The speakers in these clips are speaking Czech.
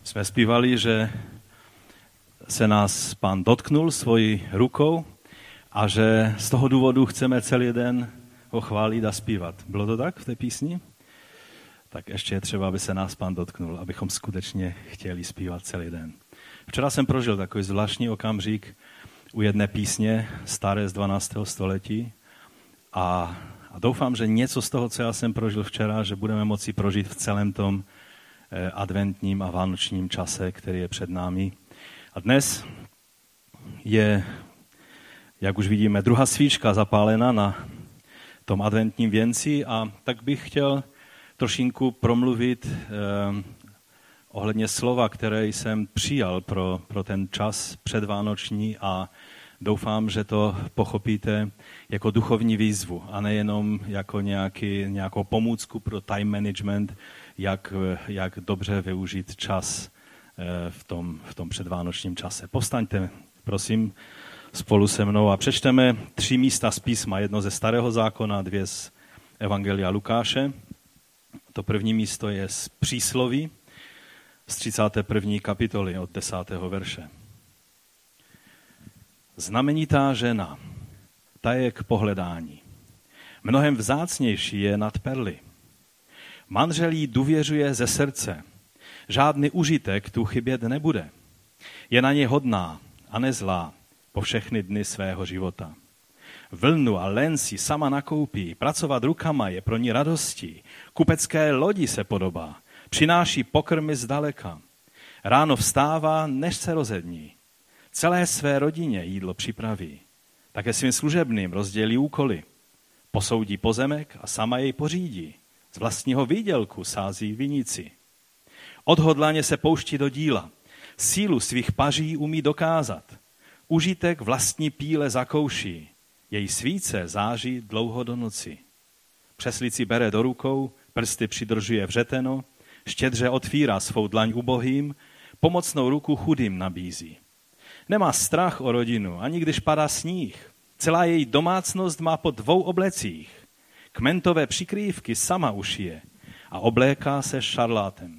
Jsme zpívali, že se nás Pán dotknul svojí rukou a že z toho důvodu chceme celý den ho chválit a zpívat. Bylo to tak v té písni? Tak ještě je třeba, aby se nás Pán dotknul, abychom skutečně chtěli zpívat celý den. Včera jsem prožil takový zvláštní okamžik u jedné písně, staré z 12. století a doufám, že něco z toho, co já jsem prožil včera, že budeme moci prožít v celém tom adventním a vánočním čase, který je před námi. A dnes je, jak už vidíme, druhá svíčka zapálena na tom adventním věnci a tak bych chtěl trošinku promluvit ohledně slova, které jsem přijal pro ten čas předvánoční a doufám, že to pochopíte jako duchovní výzvu a nejenom jako nějakou pomůcku pro time management, jak dobře využít čas v tom předvánočním čase. Povstaňte, prosím, spolu se mnou a přečteme 3 místa z písma, jedno ze Starého zákona, 2 z Evangelia Lukáše. To první místo je z Přísloví, z 31. kapitoly od 10. verše. Znamenitá žena, ta je k pohledání. Mnohem vzácnější je nad perly. Manžel jí důvěřuje ze srdce. Žádný užitek tu chybět nebude. Je na ně hodná a nezlá po všechny dny svého života. Vlnu a len si sama nakoupí, pracovat rukama je pro ní radostí. Kupecké lodi se podobá, přináší pokrmy zdaleka. Ráno vstává, než se rozední. Celé své rodině jídlo připraví. Také svým služebným rozdělí úkoly. Posoudí pozemek a sama jej pořídí. Z vlastního výdělku sází vinici. Odhodlaně se pouští do díla. Sílu svých paží umí dokázat. Užitek vlastní píle zakouší. Její svíce září dlouho do noci. Přeslici bere do rukou, prsty přidržuje vřeteno, štědře otvírá svou dlaň ubohým, pomocnou ruku chudým nabízí. Nemá strach o rodinu, ani když padá sníh. Celá její domácnost má po 2 oblecích. Kmentové přikrývky sama ušije a obléká se šarlátem.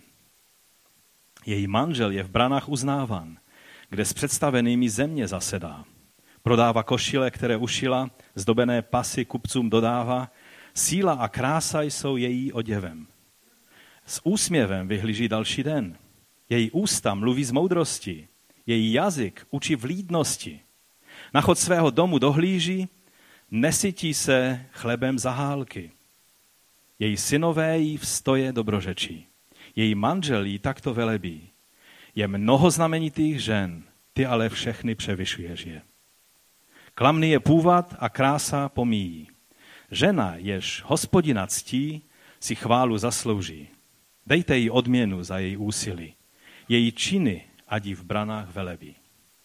Její manžel je v branách uznáván, kde s představenými země zasedá. Prodává košile, které ušila, zdobené pasy kupcům dodává. Síla a krása jsou její oděvem. S úsměvem vyhlíží další den. Její ústa mluví z moudrosti. Její jazyk učí vlídnosti. Na chod svého domu dohlíží, nesytí se chlebem zahálky. Její synové jí v stoje dobrořečí. Její manžel jí takto velebí. Je mnoho znamenitých žen, ty ale všechny převyšuješ je. Klamný je půvab a krása pomíjí. Žena, jež Hospodina ctí, si chválu zaslouží. Dejte jí odměnu za její úsilí. Její činy ať jí v branách velebí.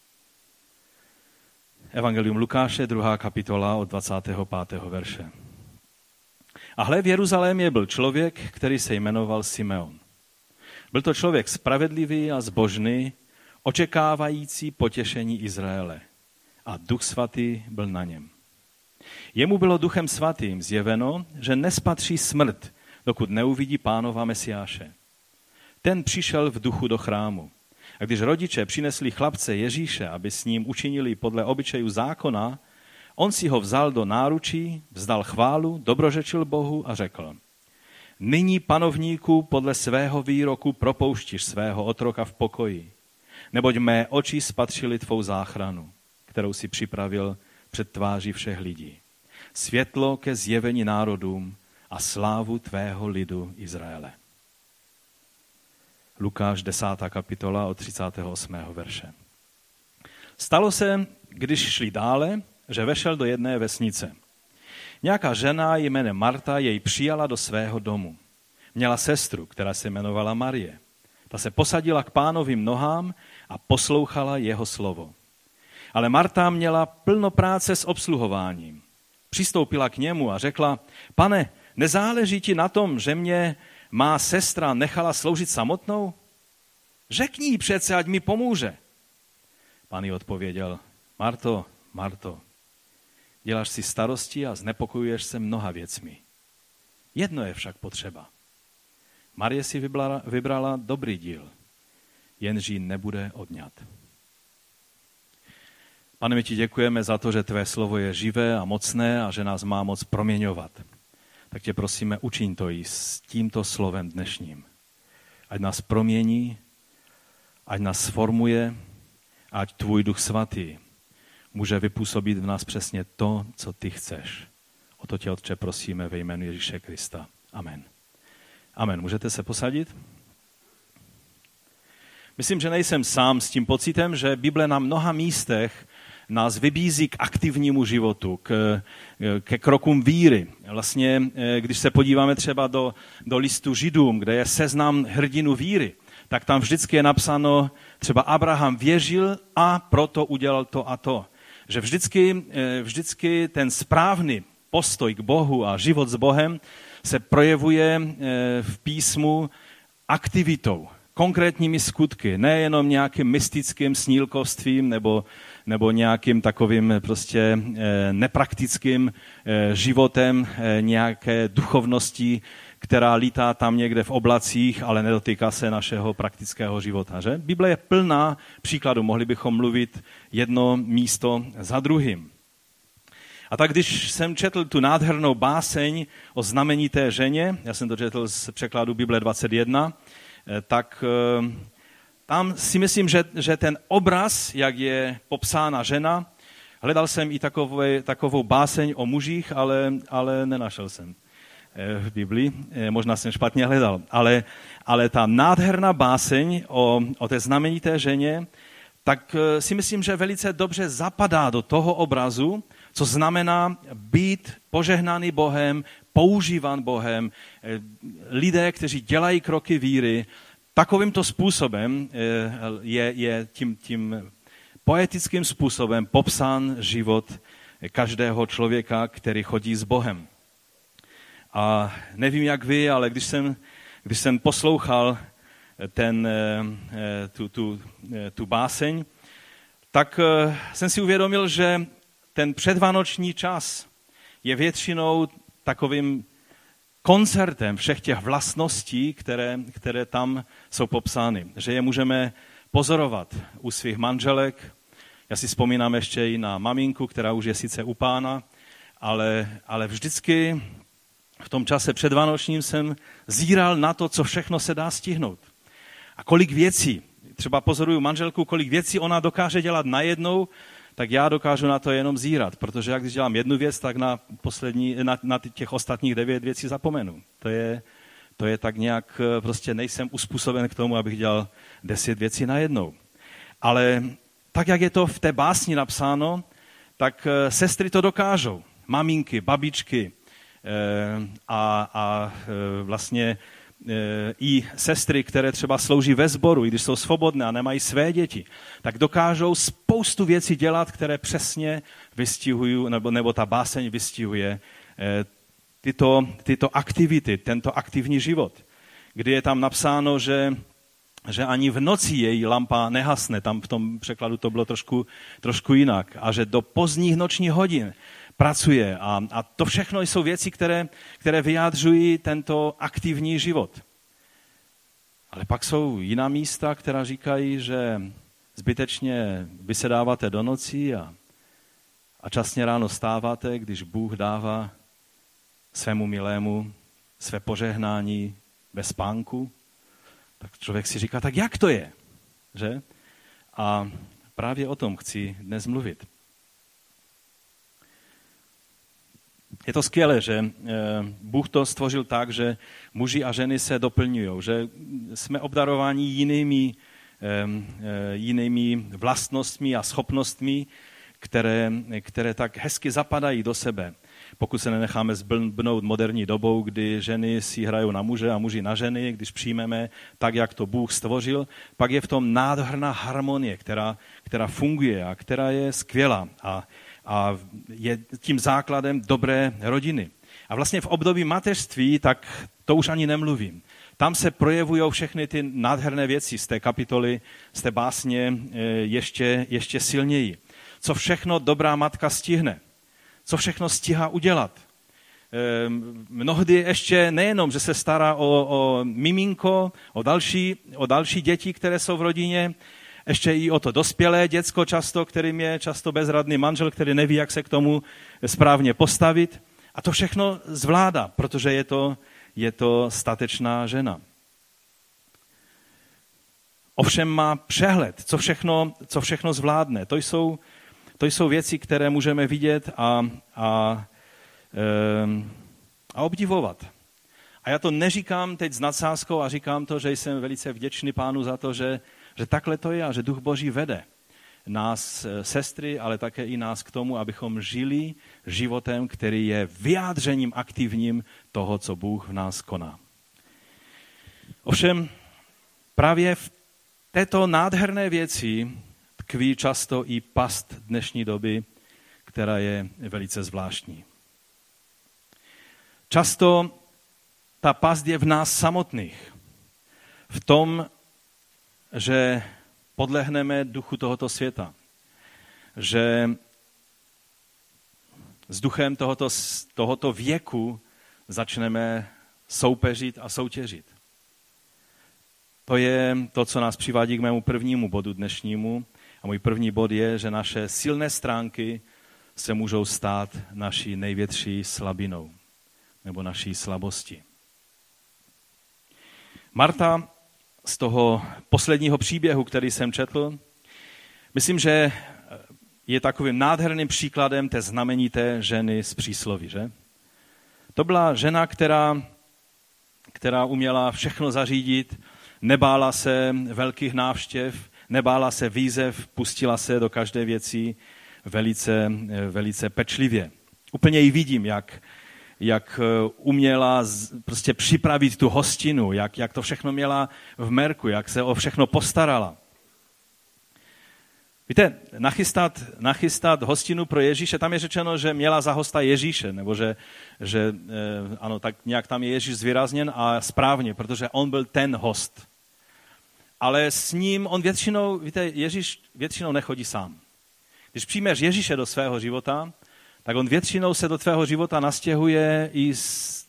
Evangelium Lukáše, 2. kapitola od 25. verše. A hle, v Jeruzalémě byl člověk, který se jmenoval Simeon. Byl to člověk spravedlivý a zbožný, očekávající potěšení Izraele. A Duch svatý byl na něm. Jemu bylo Duchem svatým zjeveno, že nespatří smrt, dokud neuvidí Pánova Mesiáše. Ten přišel v duchu do chrámu. A když rodiče přinesli chlapce Ježíše, aby s ním učinili podle obyčejů zákona, on si ho vzal do náručí, vzdal chválu, dobrořečil Bohu a řekl: Nyní, panovníku, podle svého výroku propouštíš svého otroka v pokoji, neboť mé oči spatřily tvou záchranu, kterou si připravil před tváří všech lidí. Světlo ke zjevení národům a slávu tvého lidu Izraele. Lukáš 10. kapitola od 38. verše. Stalo se, když šli dále, že vešel do jedné vesnice. Nějaká žena jménem Marta jej přijala do svého domu. Měla sestru, která se jmenovala Marie. Ta se posadila k Pánovým nohám a poslouchala jeho slovo. Ale Marta měla plno práce s obsluhováním. Přistoupila k němu a řekla: Pane, nezáleží ti na tom, že mě má sestra nechala sloužit samotnou? Řekni jí přece, ať mi pomůže. Pán jí odpověděl: Marto, Marto, děláš si starosti a znepokojuješ se mnoha věcmi. Jedno je však potřeba. Marie si vybrala dobrý díl. jenž jí nebude odňat. Pane, my ti děkujeme za to, že tvé slovo je živé a mocné a že nás má moc proměňovat. Tak tě prosíme, učiň to i s tímto slovem dnešním. Ať nás promění, ať nás sformuje, ať tvůj Duch Svatý může vypůsobit v nás přesně to, co ty chceš. O to tě, Otče, prosíme ve jménu Ježíše Krista. Amen. Amen. Můžete se posadit? Myslím, že nejsem sám s tím pocitem, že Bible na mnoha místech nás vybízí k aktivnímu životu, ke krokům víry. Vlastně, když se podíváme třeba do listu Židům, kde je seznam hrdinů víry, tak tam vždycky je napsáno, třeba Abraham věřil a proto udělal to a to. Že vždycky ten správný postoj k Bohu a život s Bohem se projevuje v písmu aktivitou, konkrétními skutky, nejenom nějakým mystickým snílkovstvím nebo nějakým takovým prostě nepraktickým životem, nějaké duchovnosti, která lítá tam někde v oblacích, ale nedotýká se našeho praktického života. Že? Bible je plná příkladů, mohli bychom mluvit jedno místo za druhým. A tak když jsem četl tu nádhernou báseň o znamenité ženě, já jsem to četl z překladu Bible 21, tak tam si myslím, že ten obraz, jak je popsána žena, hledal jsem i takovou báseň o mužích, ale nenašel jsem v Biblii, možná jsem špatně hledal, ale ta nádherná báseň o té znamenité ženě, tak si myslím, že velice dobře zapadá do toho obrazu, co znamená být požehnaný Bohem, používán Bohem, lidé, kteří dělají kroky víry. Takovýmto způsobem je tím poetickým způsobem popsán život každého člověka, který chodí s Bohem. A nevím, jak vy, ale když jsem poslouchal tu báseň, tak jsem si uvědomil, že ten předvánoční čas je většinou takovým koncertem všech těch vlastností, které tam jsou popsány. Že je můžeme pozorovat u svých manželek. Já si vzpomínám ještě i na maminku, která už je sice u Pána, ale vždycky v tom čase předvánočním jsem zíral na to, co všechno se dá stihnout. A kolik věcí, třeba pozoruju manželku, kolik věcí ona dokáže dělat najednou, tak já dokážu na to jenom zírat, protože jak když dělám jednu věc, tak na těch ostatních 9 věcí zapomenu. To je tak nějak, prostě nejsem uspůsoben k tomu, abych dělal 10 věcí najednou. Ale tak, jak je to v té básni napsáno, tak sestry to dokážou. Maminky, babičky a vlastně i sestry, které třeba slouží ve sboru, i když jsou svobodné a nemají své děti, tak dokážou spoustu věcí dělat, které přesně vystihují, nebo ta báseň vystihuje tyto aktivity, tento aktivní život, kdy je tam napsáno, že ani v noci její lampa nehasne, tam v tom překladu to bylo trošku jinak, a že do pozdních nočních hodin pracuje. A to všechno jsou věci, které vyjádřují tento aktivní život. Ale pak jsou jiná místa, která říkají, že zbytečně vysedáváte do nocí a časně ráno stáváte, když Bůh dává svému milému své požehnání ve spánku. Tak člověk si říká, tak jak to je? Že? A právě o tom chci dnes mluvit. Je to skvělé, že Bůh to stvořil tak, že muži a ženy se doplňují, že jsme obdarováni jinými vlastnostmi a schopnostmi, které tak hezky zapadají do sebe. Pokud se nenecháme zblbnout moderní dobou, kdy ženy si hrajou na muže a muži na ženy, když přijmeme tak, jak to Bůh stvořil, pak je v tom nádherná harmonie, která funguje a která je skvělá a je tím základem dobré rodiny. A vlastně v období mateřství, tak to už ani nemluvím. Tam se projevují všechny ty nádherné věci z té kapitoly, z té básně ještě silněji. Co všechno dobrá matka stihne. Co všechno stíhá udělat. mnohdy ještě nejenom, že se stará o miminko, o další děti, které jsou v rodině, ještě i o to dospělé děcko často, kterým je často bezradný manžel, který neví, jak se k tomu správně postavit. A to všechno zvládá, protože je to statečná žena. Ovšem má přehled, co všechno zvládne. To jsou věci, které můžeme vidět a obdivovat. A já to neříkám teď s nadsázkou a říkám to, že jsem velice vděčný Pánu za to, že takhle to je a že Duch Boží vede nás, sestry, ale také i nás k tomu, abychom žili životem, který je vyjádřením aktivním toho, co Bůh v nás koná. Ovšem právě v této nádherné věci tkví často i past dnešní doby, která je velice zvláštní. Často ta past je v nás samotných. V tom, že podlehneme duchu tohoto světa. Že s duchem tohoto věku začneme soupeřit a soutěžit. To je to, co nás přivádí k mému prvnímu bodu dnešnímu. A můj první bod je, že naše silné stránky se můžou stát naší největší slabinou nebo naší slabosti. Marta z toho posledního příběhu, který jsem četl, myslím, že je takovým nádherným příkladem té znamenité ženy z přísloví, že? To byla žena, která uměla všechno zařídit, nebála se velkých návštěv, nebála se výzev, pustila se do každé věci velice pečlivě. Úplně ji vidím, jak uměla prostě připravit tu hostinu, jak to všechno měla v merku, jak se o všechno postarala. Víte, nachystat hostinu pro Ježíše, tam je řečeno, že měla za hosta Ježíše, nebo že ano, tak nějak tam je Ježíš zvýrazněn a správně, protože on byl ten host. Ale s ním on Ježíš většinou nechodí sám. Když přijmeš Ježíše do svého života, tak on většinou se do tvého života nastěhuje i s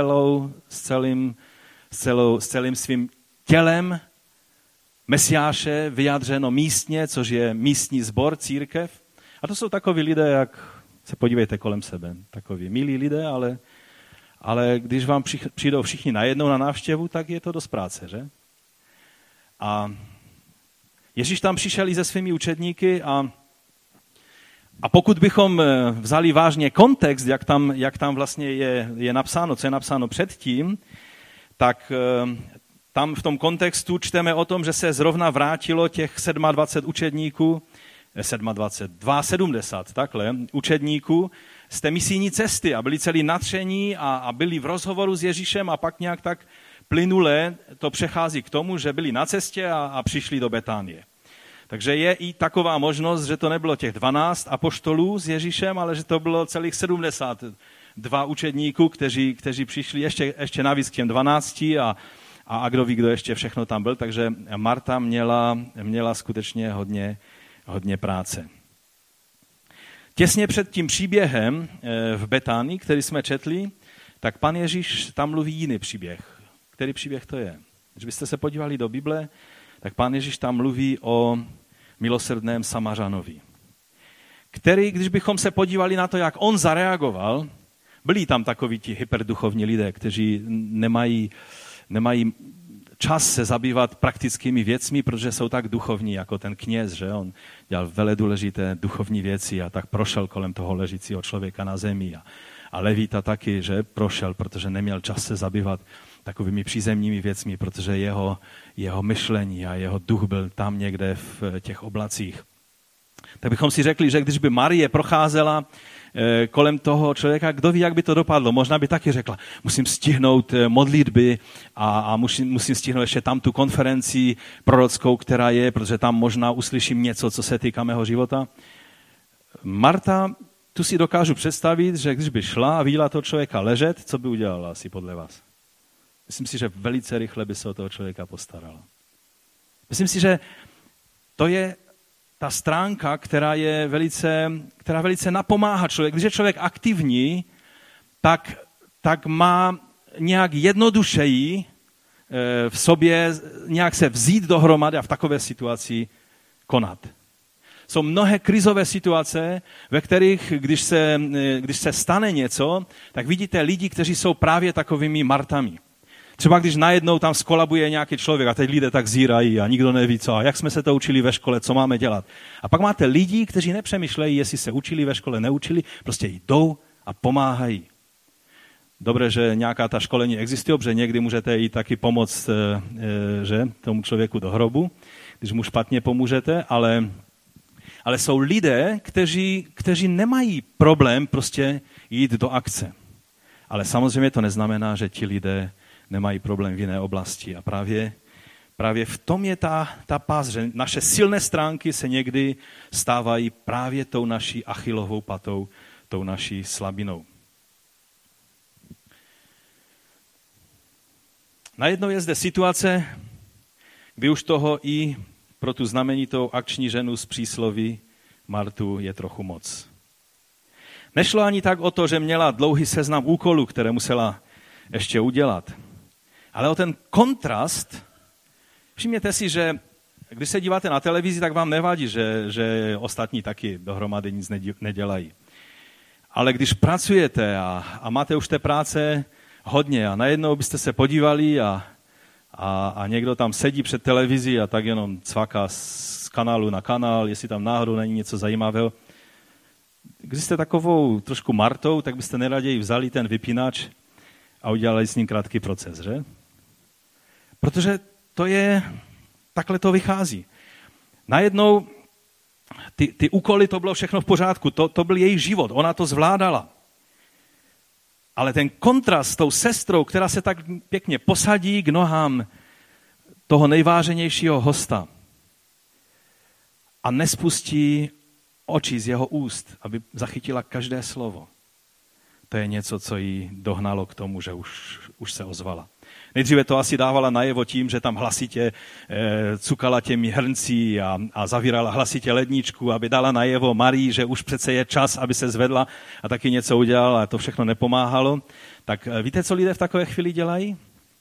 celým svým tělem Mesiáše, vyjádřeno místně, což je místní sbor, církev. A to jsou takoví lidé, jak se podívejte kolem sebe, takoví milí lidé, ale když vám přijdou všichni najednou na návštěvu, tak je to dost práce, že? A Ježíš tam přišel i se svými učedníky a pokud bychom vzali vážně kontext, jak tam vlastně je napsáno, co je napsáno předtím, tak tam v tom kontextu čteme o tom, že se zrovna vrátilo těch 27 učedníků, 72 takhle, učedníků z té misijní cesty a byli celý natření a byli v rozhovoru s Ježíšem a pak nějak tak plynule to přechází k tomu, že byli na cestě a přišli do Betánie. Takže je i taková možnost, že to nebylo těch 12 apoštolů s Ježíšem, ale že to bylo celých 72 učedníků, kteří přišli ještě navíc k těm 12 a kdo ví, kdo ještě všechno tam byl. Takže Marta měla skutečně hodně práce. Těsně před tím příběhem v Betánii, který jsme četli, tak pan Ježíš tam mluví jiný příběh. Který příběh to je? Když byste se podívali do Bible, tak pán Ježíš tam mluví o milosrdném Samařanovi, který, když bychom se podívali na to, jak on zareagoval, byli tam takoví ti hyperduchovní lidé, kteří nemají čas se zabývat praktickými věcmi, protože jsou tak duchovní, jako ten kněz, že on dělal veledůležité duchovní věci a tak prošel kolem toho ležícího člověka na zemi a Levita taky, že prošel, protože neměl čas se zabývat takovými přízemními věcmi, protože jeho myšlení a jeho duch byl tam někde v těch oblacích. Tak bychom si řekli, že když by Marie procházela kolem toho člověka, kdo ví, jak by to dopadlo. Možná by taky řekla, musím stihnout modlitby a musím stihnout ještě tam tu konferenci prorockou, která je, protože tam možná uslyším něco, co se týká mého života. Marta, tu si dokážu představit, že když by šla a viděla toho člověka ležet, co by udělala asi podle vás? Myslím si, že velice rychle by se o toho člověka postarala. Myslím si, že to je ta stránka, která velice napomáhá člověk. Když je člověk aktivní, tak tak má nějak jednodušeji v sobě nějak se vzít dohromady a v takové situaci konat. Jsou mnohé krizové situace, ve kterých, když se stane něco, tak vidíte lidi, kteří jsou právě takovými Martami. Třeba když najednou tam skolabuje nějaký člověk a teď lidé tak zírají a nikdo neví co a jak jsme se to učili ve škole, co máme dělat. A pak máte lidi, kteří nepřemýšlejí, jestli se učili ve škole, neučili, prostě jdou a pomáhají. Dobré, že nějaká ta školení existuje, protože někdy můžete i taky pomoct že, tomu člověku do hrobu, když mu špatně pomůžete, ale jsou lidé, kteří nemají problém prostě jít do akce. Ale samozřejmě to neznamená, že ti lidé nemají problém v jiné oblasti. A právě v tom je ta past, že naše silné stránky se někdy stávají právě tou naší Achillovou patou, tou naší slabinou. Najednou je zde situace, kdy už toho i pro tu znamenitou akční ženu z přísloví Martu je trochu moc. Nešlo ani tak o to, že měla dlouhý seznam úkolů, které musela ještě udělat, ale o ten kontrast. Všimněte si, že když se díváte na televizi, tak vám nevadí, že ostatní taky dohromady nic nedělají. Ale když pracujete a máte už té práce hodně a najednou byste se podívali a někdo tam sedí před televizí a tak jenom cvaká z kanálu na kanál, jestli tam náhodou není něco zajímavého. Když jste takovou trošku Martou, tak byste neraději vzali ten vypínač a udělali s ním krátký proces, že? Protože takhle to vychází. Najednou ty úkoly, to bylo všechno v pořádku, to byl její život, ona to zvládala. Ale ten kontrast s tou sestrou, která se tak pěkně posadí k nohám toho nejváženějšího hosta a nespustí oči z jeho úst, aby zachytila každé slovo. To je něco, co jí dohnalo k tomu, že už se ozvala. Nejdříve to asi dávala najevo tím, že tam hlasitě cukala těmi hrncí a zavírala hlasitě ledničku, aby dala najevo Marii, že už přece je čas, aby se zvedla a taky něco udělala a to všechno nepomáhalo. Tak víte, co lidé v takové chvíli dělají?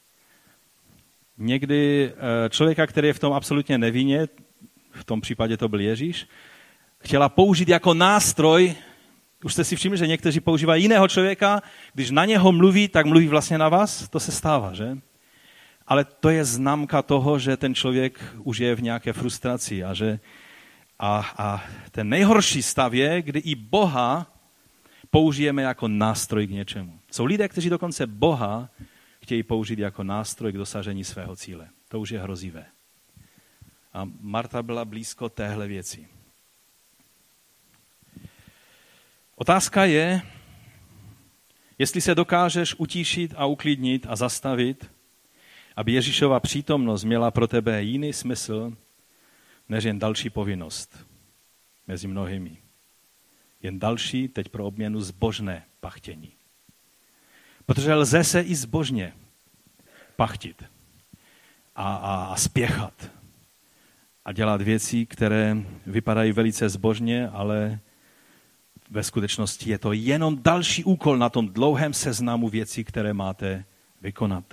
Někdy člověka, který je v tom absolutně nevinně, v tom případě to byl Ježíš, chtěla použít jako nástroj. Už jste si všimli, že někteří používají jiného člověka, když na něho mluví, tak mluví vlastně na vás? To se stává, že? Ale to je známka toho, že ten člověk už je v nějaké frustraci a ten nejhorší stav je, kdy i Boha použijeme jako nástroj k něčemu. Jsou lidé, kteří dokonce Boha chtějí použít jako nástroj k dosažení svého cíle. To už je hrozivé. A Marta byla blízko téhle věci. Otázka je, jestli se dokážeš utíšit a uklidnit a zastavit, aby Ježíšova přítomnost měla pro tebe jiný smysl, než jen další povinnost mezi mnohými. Jen další, teď pro obměnu, zbožné pachtění. Protože lze se i zbožně pachtit a spěchat a dělat věci, které vypadají velice zbožně, ale ve skutečnosti je to jenom další úkol na tom dlouhém seznamu věcí, které máte vykonat.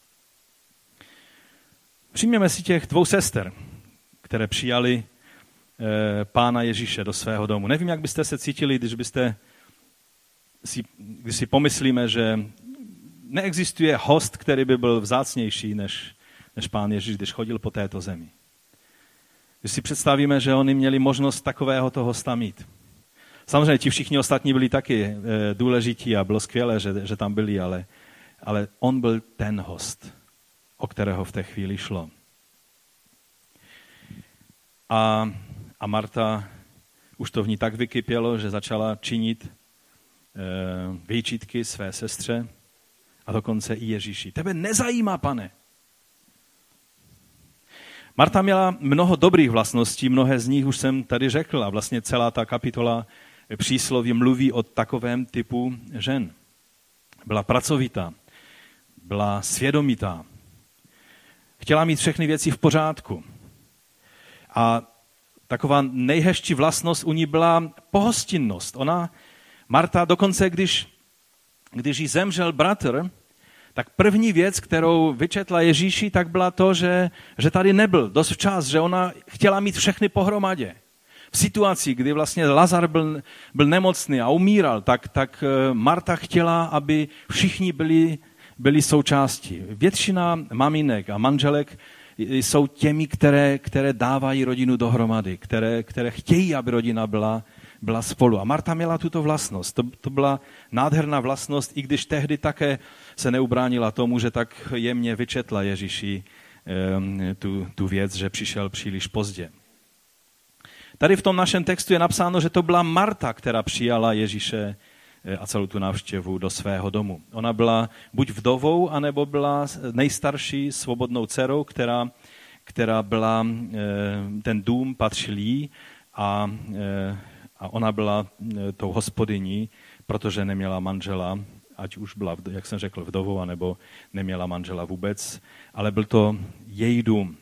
Přijměme si těch 2 sester, které přijali Pána Ježíše do svého domu. Nevím, jak byste se cítili, když si pomyslíme, že neexistuje host, který by byl vzácnější než Pán Ježíš, když chodil po této zemi. Když si představíme, že oni měli možnost takovéhoto hosta mít. Samozřejmě ti všichni ostatní byli taky důležití a bylo skvělé, že tam byli, ale on byl ten host, o kterého v té chvíli šlo. A Marta už to v ní tak vykypělo, že začala činit výčitky své sestře a dokonce i Ježíši. Tebe nezajímá, Pane. Marta měla mnoho dobrých vlastností, mnohé z nich už jsem tady řekl a vlastně celá ta kapitola přísloví mluví o takovém typu žen. Byla pracovitá, byla svědomitá, chtěla mít všechny věci v pořádku. A taková nejhezčí vlastnost u ní byla pohostinnost. Marta dokonce, když když jí zemřel bratr, tak první věc, kterou vyčetla Ježíši, tak byla to, že tady nebyl dost včas, že ona chtěla mít všechny pohromadě. V situaci, kdy vlastně Lazar byl nemocný a umíral, tak Marta chtěla, aby všichni byli součástí. Většina maminek a manželek jsou těmi, které dávají rodinu dohromady, které chtějí, aby rodina byla spolu. A Marta měla tuto vlastnost. To byla nádherná vlastnost, i když tehdy také se neubránila tomu, že tak jemně vyčetla Ježíši tu věc, že přišel příliš pozdě. Tady v tom našem textu je napsáno, že to byla Marta, která přijala Ježíše a celou tu návštěvu do svého domu. Ona byla buď vdovou, anebo byla nejstarší svobodnou dcerou, která byla, ten dům patřil jí a ona byla tou hospodyní, protože neměla manžela, ať už byla, jak jsem řekl, vdovou, anebo neměla manžela vůbec, ale byl to její dům.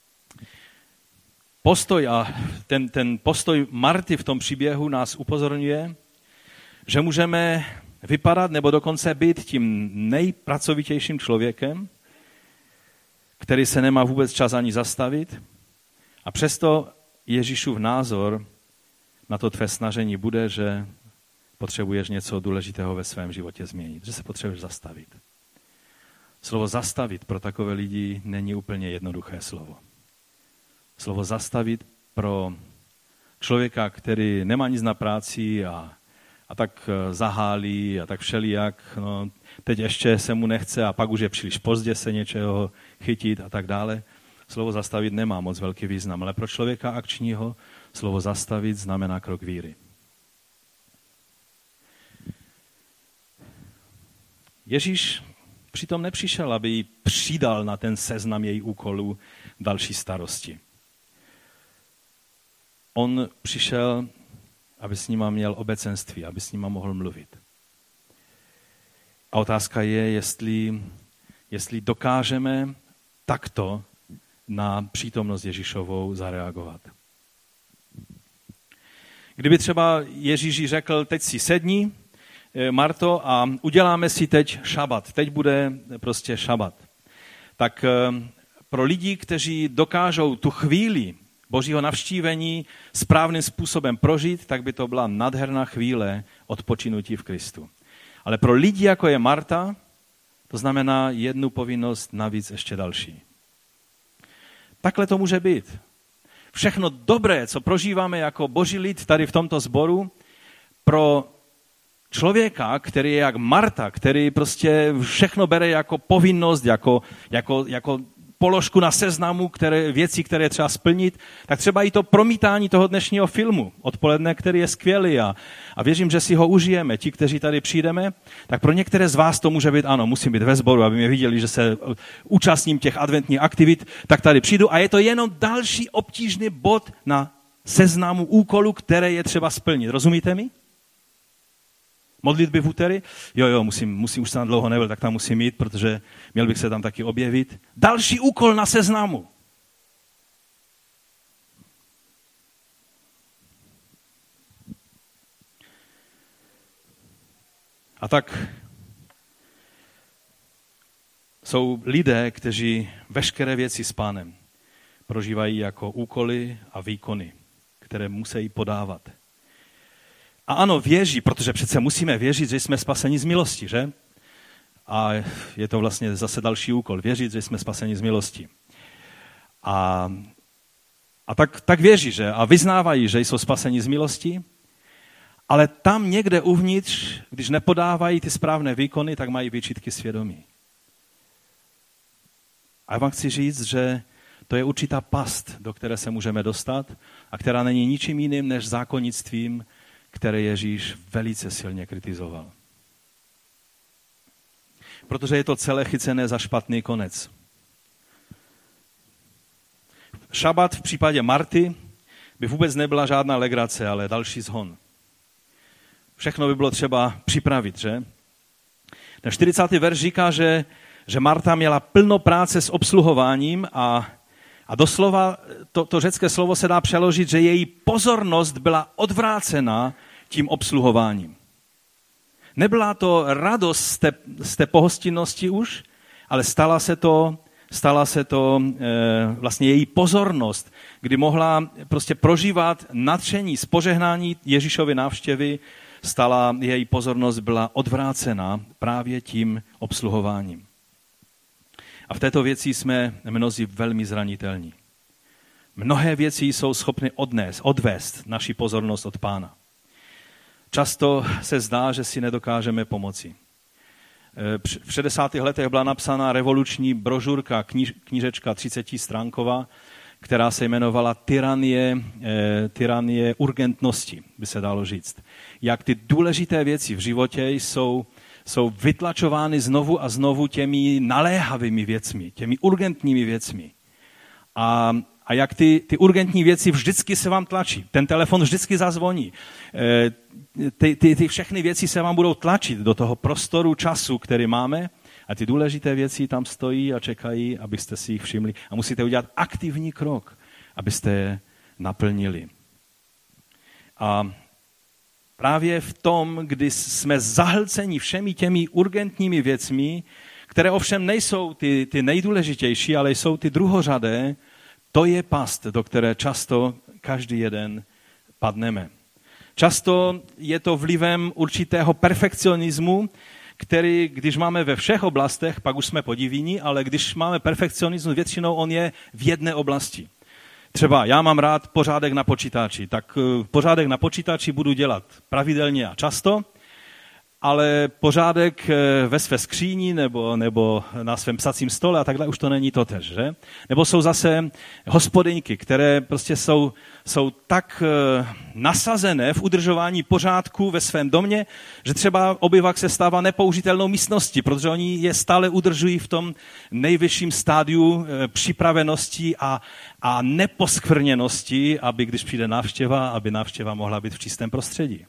Postoj a ten postoj Marty v tom příběhu nás upozorňuje, že můžeme vypadat nebo dokonce být tím nejpracovitějším člověkem, který se nemá vůbec čas ani zastavit, a přesto Ježíšův názor na to tvé snažení bude, že potřebuješ něco důležitého ve svém životě změnit, že se potřebuješ zastavit. Slovo zastavit pro takové lidi není úplně jednoduché slovo. Slovo zastavit pro člověka, který nemá nic na práci a tak zahálí a tak všelijak, no, teď ještě se mu nechce a pak už je příliš pozdě se něčeho chytit a tak dále. Slovo zastavit nemá moc velký význam, ale pro člověka akčního slovo zastavit znamená krok víry. Ježíš přitom nepřišel, aby ji přidal na ten seznam její úkolů další starosti. On přišel, aby s nima měl obecenství, aby s nima mohl mluvit. A otázka je, jestli dokážeme takto na přítomnost Ježíšovou zareagovat. Kdyby třeba Ježíš řekl, teď si sedni, Marto, a uděláme si teď šabat. Teď bude prostě šabat. Tak pro lidi, kteří dokážou tu chvíli Božího navštívení správným způsobem prožít, tak by to byla nádherná chvíle odpočinutí v Kristu. Ale pro lidi, jako je Marta, to znamená jednu povinnost, navíc ještě další. Takhle to může být. Všechno dobré, co prožíváme jako Boží lid tady v tomto sboru, pro člověka, který je jak Marta, který prostě všechno bere jako povinnost, jako položku na seznamu věcí, které třeba splnit, tak třeba i to promítání toho dnešního filmu odpoledne, který je skvělý a věřím, že si ho užijeme. Ti, kteří tady přijdeme, tak pro některé z vás to může být, ano, musím být ve sboru, aby mě viděli, že se účastním těch adventních aktivit, tak tady přijdu a je to jenom další obtížný bod na seznamu úkolů, které je třeba splnit. Rozumíte mi? Modlitby v úterý? Jo, musím, už jsem dlouho nebyl, tak tam musím jít, protože měl bych se tam taky objevit. Další úkol na seznamu. A tak jsou lidé, kteří veškeré věci s Pánem prožívají jako úkoly a výkony, které musí podávat. A ano, věří, protože přece musíme věřit, že jsme spaseni z milosti, že? A je to vlastně zase další úkol, věřit, že jsme spaseni z milosti. A tak věří, že? A vyznávají, že jsou spaseni z milosti, ale tam někde uvnitř, když nepodávají ty správné výkony, tak mají výčitky svědomí. A já vám chci říct, že to je určitá past, do které se můžeme dostat a která není ničím jiným než zákonnictvím, které Ježíš velice silně kritizoval. Protože je to celé chycené za špatný konec. Šabat v případě Marty by vůbec nebyla žádná legrace, ale další zhon. Všechno by bylo třeba připravit, že? Ten 40. verš říká, že Marta měla plno práce s obsluhováním a doslova to řecké slovo se dá přeložit, že její pozornost byla odvrácena tím obsluhováním. Nebyla to radost z té pohostinnosti už, ale stala se to vlastně její pozornost, kdy mohla prostě prožívat nadšení z požehnání Ježíšovy návštěvy, její pozornost byla odvrácena právě tím obsluhováním. A v této věci jsme mnozí velmi zranitelní. Mnohé věci jsou schopny odvést naši pozornost od Pána. Často se zdá, že si nedokážeme pomoci. V 60. letech byla napsána revoluční brožurka, knížečka 30stránková, která se jmenovala Tyranie urgentnosti, by se dalo říct. Jak ty důležité věci v životě jsou vytlačovány znovu a znovu těmi naléhavými věcmi, těmi urgentními věcmi. A jak ty urgentní věci vždycky se vám tlačí. Ten telefon vždycky zazvoní. Ty všechny věci se vám budou tlačit do toho prostoru času, který máme, a ty důležité věci tam stojí a čekají, abyste si jich všimli. A musíte udělat aktivní krok, abyste je naplnili. A právě v tom, kdy jsme zahlceni všemi těmi urgentními věcmi, které ovšem nejsou ty nejdůležitější, ale jsou ty druhořadé, to je past, do které často každý jeden padneme. Často je to vlivem určitého perfekcionismu, který, když máme ve všech oblastech, pak už jsme podivíni, ale když máme perfekcionismus, většinou on je v jedné oblasti. Třeba já mám rád pořádek na počítači, tak pořádek na počítači budu dělat pravidelně a často, ale pořádek ve své skříni nebo na svém psacím stole a takhle už to není totéž, že? Nebo jsou zase hospodyňky, které prostě jsou tak nasazené v udržování pořádku ve svém domě, že třeba obyvak se stává nepoužitelnou místností, protože oni je stále udržují v tom nejvyšším stádiu připravenosti a neposkvrněnosti, aby když přijde návštěva, aby návštěva mohla být v čistém prostředí.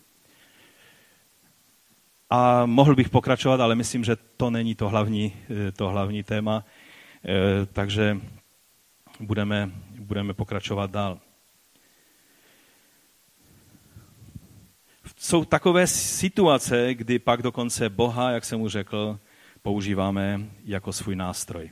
A mohl bych pokračovat, ale myslím, že to není to hlavní téma, takže budeme pokračovat dál. Jsou takové situace, kdy pak dokonce Boha, jak jsem mu řekl, používáme jako svůj nástroj.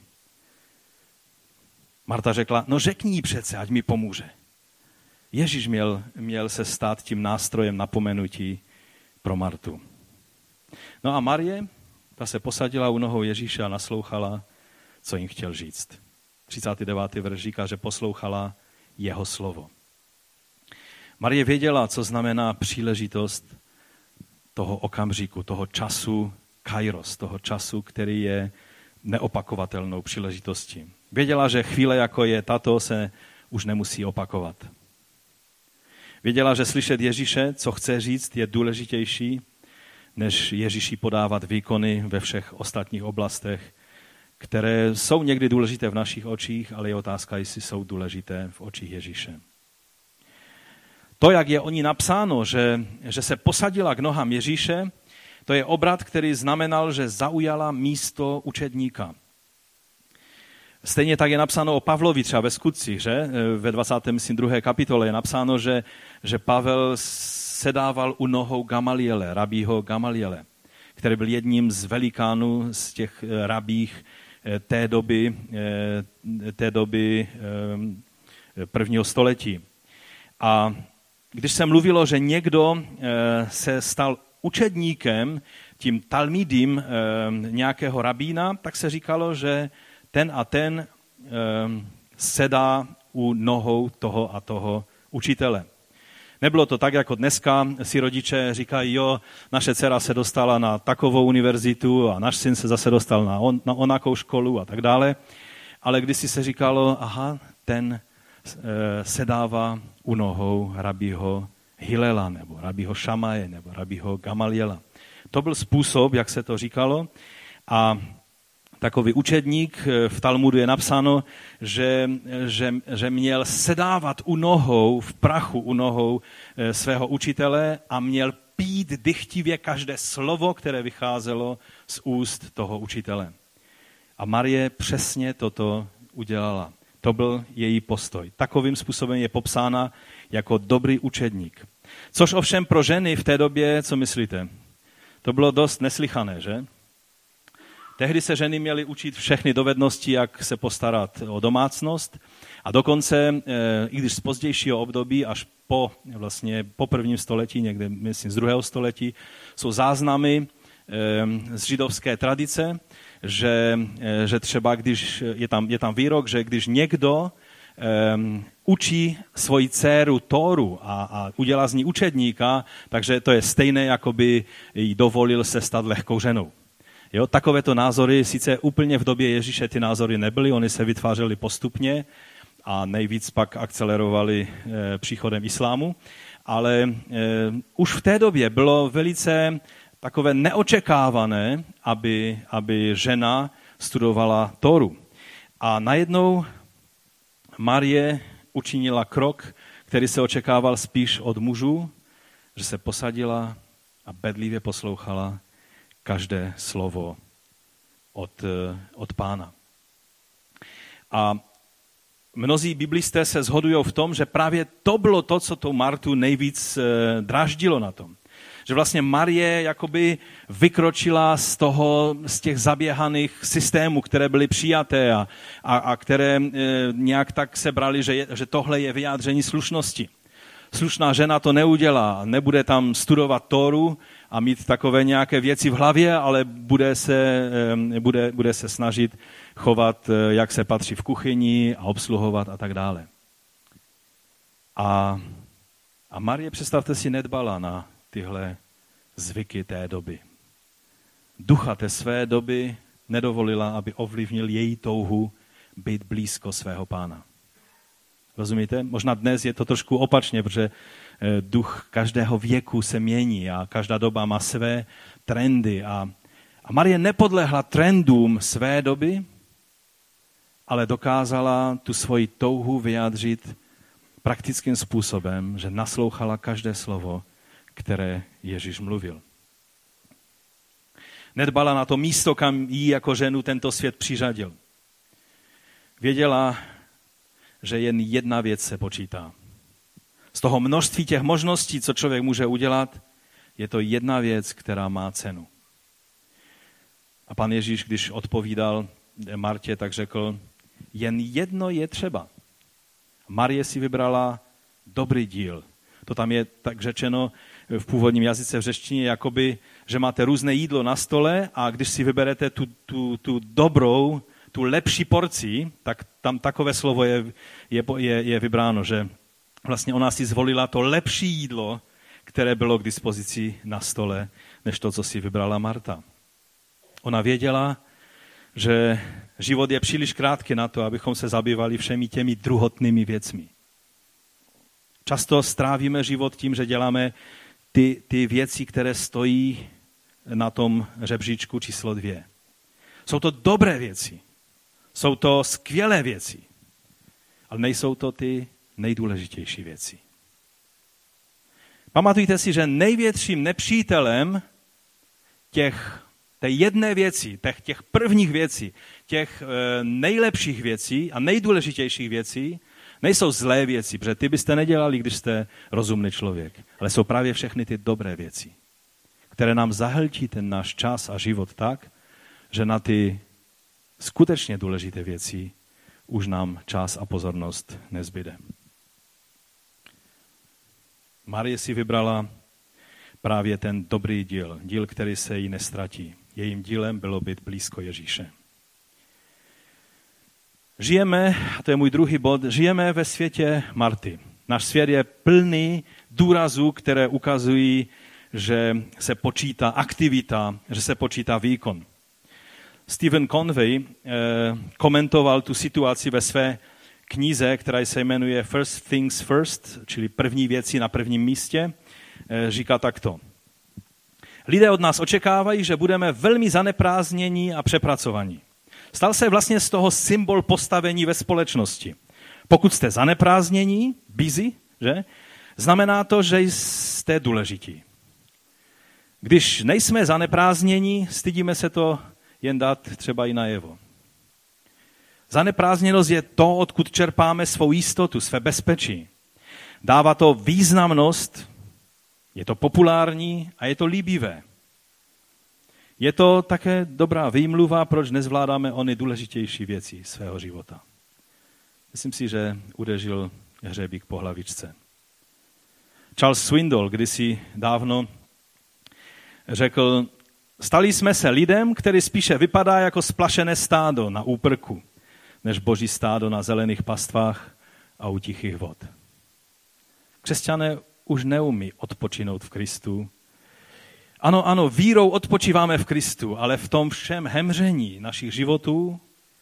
Marta řekla, no řekni jí přece, ať mi pomůže. Ježíš měl se stát tím nástrojem napomenutí pro Martu. No a Marie, ta se posadila u nohou Ježíše a naslouchala, co jim chtěl říct. 39. verš říká, že poslouchala jeho slovo. Marie věděla, co znamená příležitost toho okamžiku, toho času kairos, toho času, který je neopakovatelnou příležitostí. Věděla, že chvíle, jako je tato, se už nemusí opakovat. Věděla, že slyšet Ježíše, co chce říct, je důležitější, než Ježíši podávat výkony ve všech ostatních oblastech, které jsou někdy důležité v našich očích, ale je otázka, jestli jsou důležité v očích Ježíše. To, jak je o ní napsáno, že se posadila k nohám Ježíše, to je obrat, který znamenal, že zaujala místo učedníka. Stejně tak je napsáno o Pavlovi třeba ve Skutcích, že? Ve 22. kapitole je napsáno, že Pavel sedával u nohou Gamaliele, rabího Gamaliele, který byl jedním z velikánů z těch rabích té doby prvního století. A když se mluvilo, že někdo se stal učedníkem, tím talmidím nějakého rabína, tak se říkalo, že ten a ten sedá u nohou toho a toho učitele. Nebylo to tak, jako dneska si rodiče říkají, jo, naše dcera se dostala na takovou univerzitu a náš syn se zase dostal na onakou školu a tak dále. Ale kdysi se říkalo, aha, ten sedává u nohou rabího Hilela, nebo rabího Šamaje, nebo rabího Gamaliela. To byl způsob, jak se to říkalo. A takový učedník v Talmudu je napsáno, že měl sedávat u nohou, v prachu u nohou svého učitele a měl pít dychtivě každé slovo, které vycházelo z úst toho učitele. A Marie přesně toto udělala. To byl její postoj. Takovým způsobem je popsána jako dobrý učedník. Což ovšem pro ženy v té době, co myslíte? To bylo dost neslychané, že? Tehdy se ženy měly učit všechny dovednosti, jak se postarat o domácnost a dokonce, i když z pozdějšího období, až po prvním století, někde myslím z 2. století, jsou záznamy z židovské tradice, že třeba když je tam výrok, že když někdo učí svoji dceru Tóru a udělá z ní učedníka, takže to je stejné, jako by jí dovolil se stát lehkou ženou. Jo, takovéto názory, sice úplně v době Ježíše ty názory nebyly, oni se vytvářely postupně a nejvíc pak akcelerovali příchodem islámu, ale už v té době bylo velice takové neočekávané, aby žena studovala Tóru. A najednou Marie učinila krok, který se očekával spíš od mužů, že se posadila a bedlivě poslouchala každé slovo od Pána. A mnozí biblisté se shodují v tom, že právě to bylo to, co tou Martu nejvíc dráždilo na tom. Že vlastně Marie jakoby vykročila z těch zaběhaných systémů, které byly přijaté a které nějak tak se brali, že tohle je vyjádření slušnosti. Slušná žena to neudělá, nebude tam studovat Tóru a mít takové nějaké věci v hlavě, ale bude se snažit chovat, jak se patří v kuchyni a obsluhovat a tak dále. A Marie, představte si, nedbala na tyhle zvyky té doby. Ducha té své doby nedovolila, aby ovlivnil její touhu být blízko svého Pána. Rozumíte? Možná dnes je to trošku opačně, protože duch každého věku se mění a každá doba má své trendy. A Marie nepodlehla trendům své doby, ale dokázala tu svoji touhu vyjádřit praktickým způsobem, že naslouchala každé slovo, které Ježíš mluvil. Nedbala na to místo, kam jí jako ženu tento svět přiřadil. Věděla, že jen jedna věc se počítá. Z toho množství těch možností, co člověk může udělat, je to jedna věc, která má cenu. A pan Ježíš, když odpovídal Martě, tak řekl, jen jedno je třeba. Marie si vybrala dobrý díl. To tam je tak řečeno v původním jazyce v řečtině, jakoby, že máte různé jídlo na stole a když si vyberete tu dobrou, tu lepší porci, tak tam takové slovo je vybráno, že vlastně ona si zvolila to lepší jídlo, které bylo k dispozici na stole, než to, co si vybrala Marta. Ona věděla, že život je příliš krátký na to, abychom se zabývali všemi těmi druhotnými věcmi. Často strávíme život tím, že děláme ty věci, které stojí na tom žebříčku číslo 2. Jsou to dobré věci, jsou to skvělé věci, ale nejsou to ty nejdůležitější věci. Pamatujte si, že největším nepřítelem té jedné věci, těch prvních věcí, těch nejlepších věcí a nejdůležitějších věcí, nejsou zlé věci, protože ty byste nedělali, když jste rozumný člověk, ale jsou právě všechny ty dobré věci, které nám zahltí ten náš čas a život tak, že na ty skutečně důležité věci už nám čas a pozornost nezbyde. Marie si vybrala právě ten dobrý díl, který se jí nestratí. Jejím dílem bylo být blízko Ježíše. Žijeme, a to je můj druhý bod, žijeme ve světě Marty. Náš svět je plný důrazů, které ukazují, že se počítá aktivita, že se počítá výkon. Stephen Conway komentoval tu situaci ve své knize, která se jmenuje First Things First, čili první věci na prvním místě. Říká takto. Lidé od nás očekávají, že budeme velmi zaneprázdnění a přepracovaní. Stal se vlastně z toho symbol postavení ve společnosti. Pokud jste zaneprázdnění, busy, že? Znamená to, že jste důležití. Když nejsme zaneprázdnění, stydíme se to jen dát třeba i najevo. Zaneprázdněnost je to, odkud čerpáme svou jistotu, své bezpečí. Dává to významnost, je to populární a je to líbivé. Je to také dobrá výmluva, proč nezvládáme ony důležitější věci svého života. Myslím si, že udeřil hřebík po hlavičce. Charles Swindoll kdysi dávno řekl, stali jsme se lidem, který spíše vypadá jako splašené stádo na úprku, než boží stádo na zelených pastvách a u tichých vod. Křesťané už neumí odpočinout v Kristu. Ano, vírou odpočíváme v Kristu, ale v tom všem hemření našich životů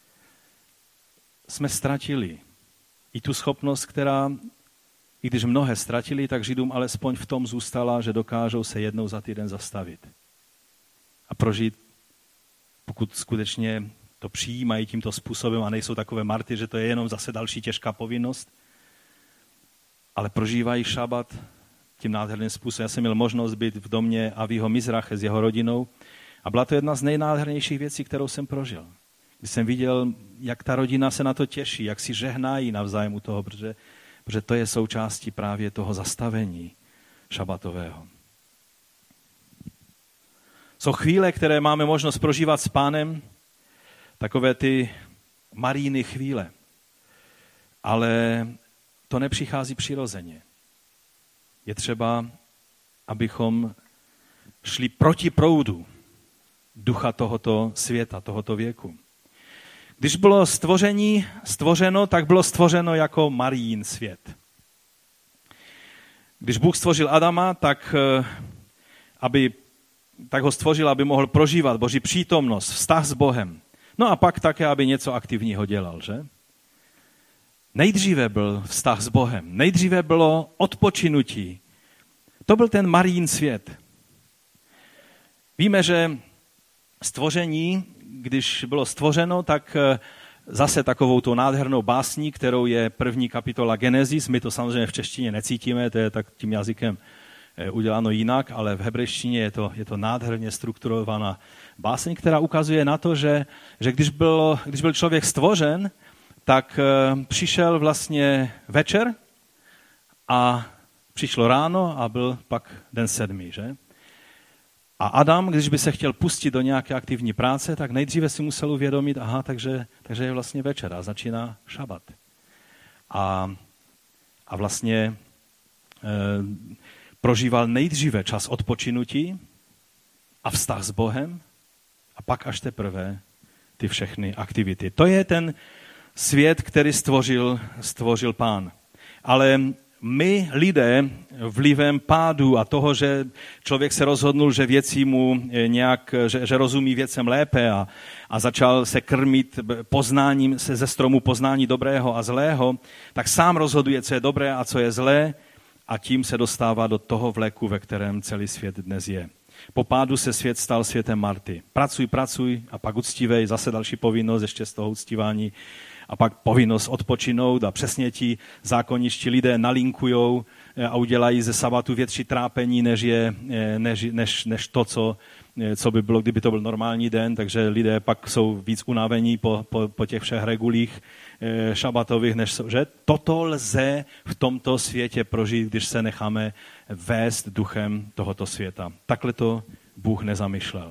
jsme ztratili i tu schopnost, která, i když mnohé ztratili, tak Židům alespoň v tom zůstala, že dokážou se jednou za týden zastavit a prožít, pokud skutečně to přijímají tímto způsobem a nejsou takové marty, že to je jenom zase další těžká povinnost, ale prožívají šabat tím nádherným způsobem. Já jsem měl možnost být v domě Aviho Mizrache s jeho rodinou a byla to jedna z nejnádhernějších věcí, kterou jsem prožil. Když jsem viděl, jak ta rodina se na to těší, jak si žehnají navzájem u toho, protože to je součástí právě toho zastavení šabatového. Jsou chvíle, které máme možnost prožívat s Pánem, takové ty Marijiny chvíle, ale to nepřichází přirozeně. Je třeba, abychom šli proti proudu ducha tohoto světa, tohoto věku. Když bylo stvořeno, tak bylo stvořeno jako Marijin svět. Když Bůh stvořil Adama, tak ho stvořil, aby mohl prožívat Boží přítomnost, vztah s Bohem. No a pak také, aby něco aktivního dělal, že? Nejdříve byl vztah s Bohem, nejdříve bylo odpočinutí. To byl ten Marijin svět. Víme, že stvoření, když bylo stvořeno, tak zase takovou tou nádhernou básní, kterou je první kapitola Genesis, my to samozřejmě v češtině necítíme, to je tak tím jazykem uděláno jinak, ale v hebrejštině je to nádherně strukturovaná báseň, která ukazuje na to, že když byl člověk stvořen, tak přišel vlastně večer a přišlo ráno a byl pak den 7, že? A Adam, když by se chtěl pustit do nějaké aktivní práce, tak nejdříve si musel uvědomit, takže je vlastně večer a začíná šabat. A vlastně prožíval nejdříve čas odpočinutí a vztah s Bohem a pak až teprve ty všechny aktivity. To je ten svět, který stvořil Pán. Ale my lidé vlivem pádu a toho, že člověk se rozhodnul, že věcí mu nějak, že rozumí věcem lépe a začal se krmit poznáním se ze stromu poznání dobrého a zlého, tak sám rozhoduje, co je dobré a co je zlé a tím se dostává do toho vleku, ve kterém celý svět dnes je. Po pádu se svět stal světem Marty. Pracuj a pak uctívej, zase další povinnost ještě z toho uctívání a pak povinnost odpočinout a přesně ti zákoničtí lidé nalinkujou a udělají ze sabatu větší trápení, než to, co by bylo, kdyby to byl normální den, takže lidé pak jsou víc unavení po těch všech regulích šabatových, že toto lze v tomto světě prožít, když se necháme vést duchem tohoto světa. Takhle to Bůh nezamýšlel.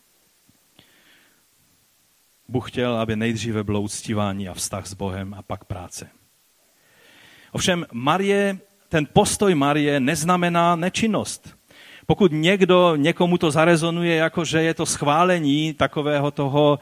Bůh chtěl, aby nejdříve bylo uctívání a vztah s Bohem a pak práce. Ovšem ten postoj Marie neznamená nečinnost. Pokud někomu to zarezonuje, jako že je to schválení takového toho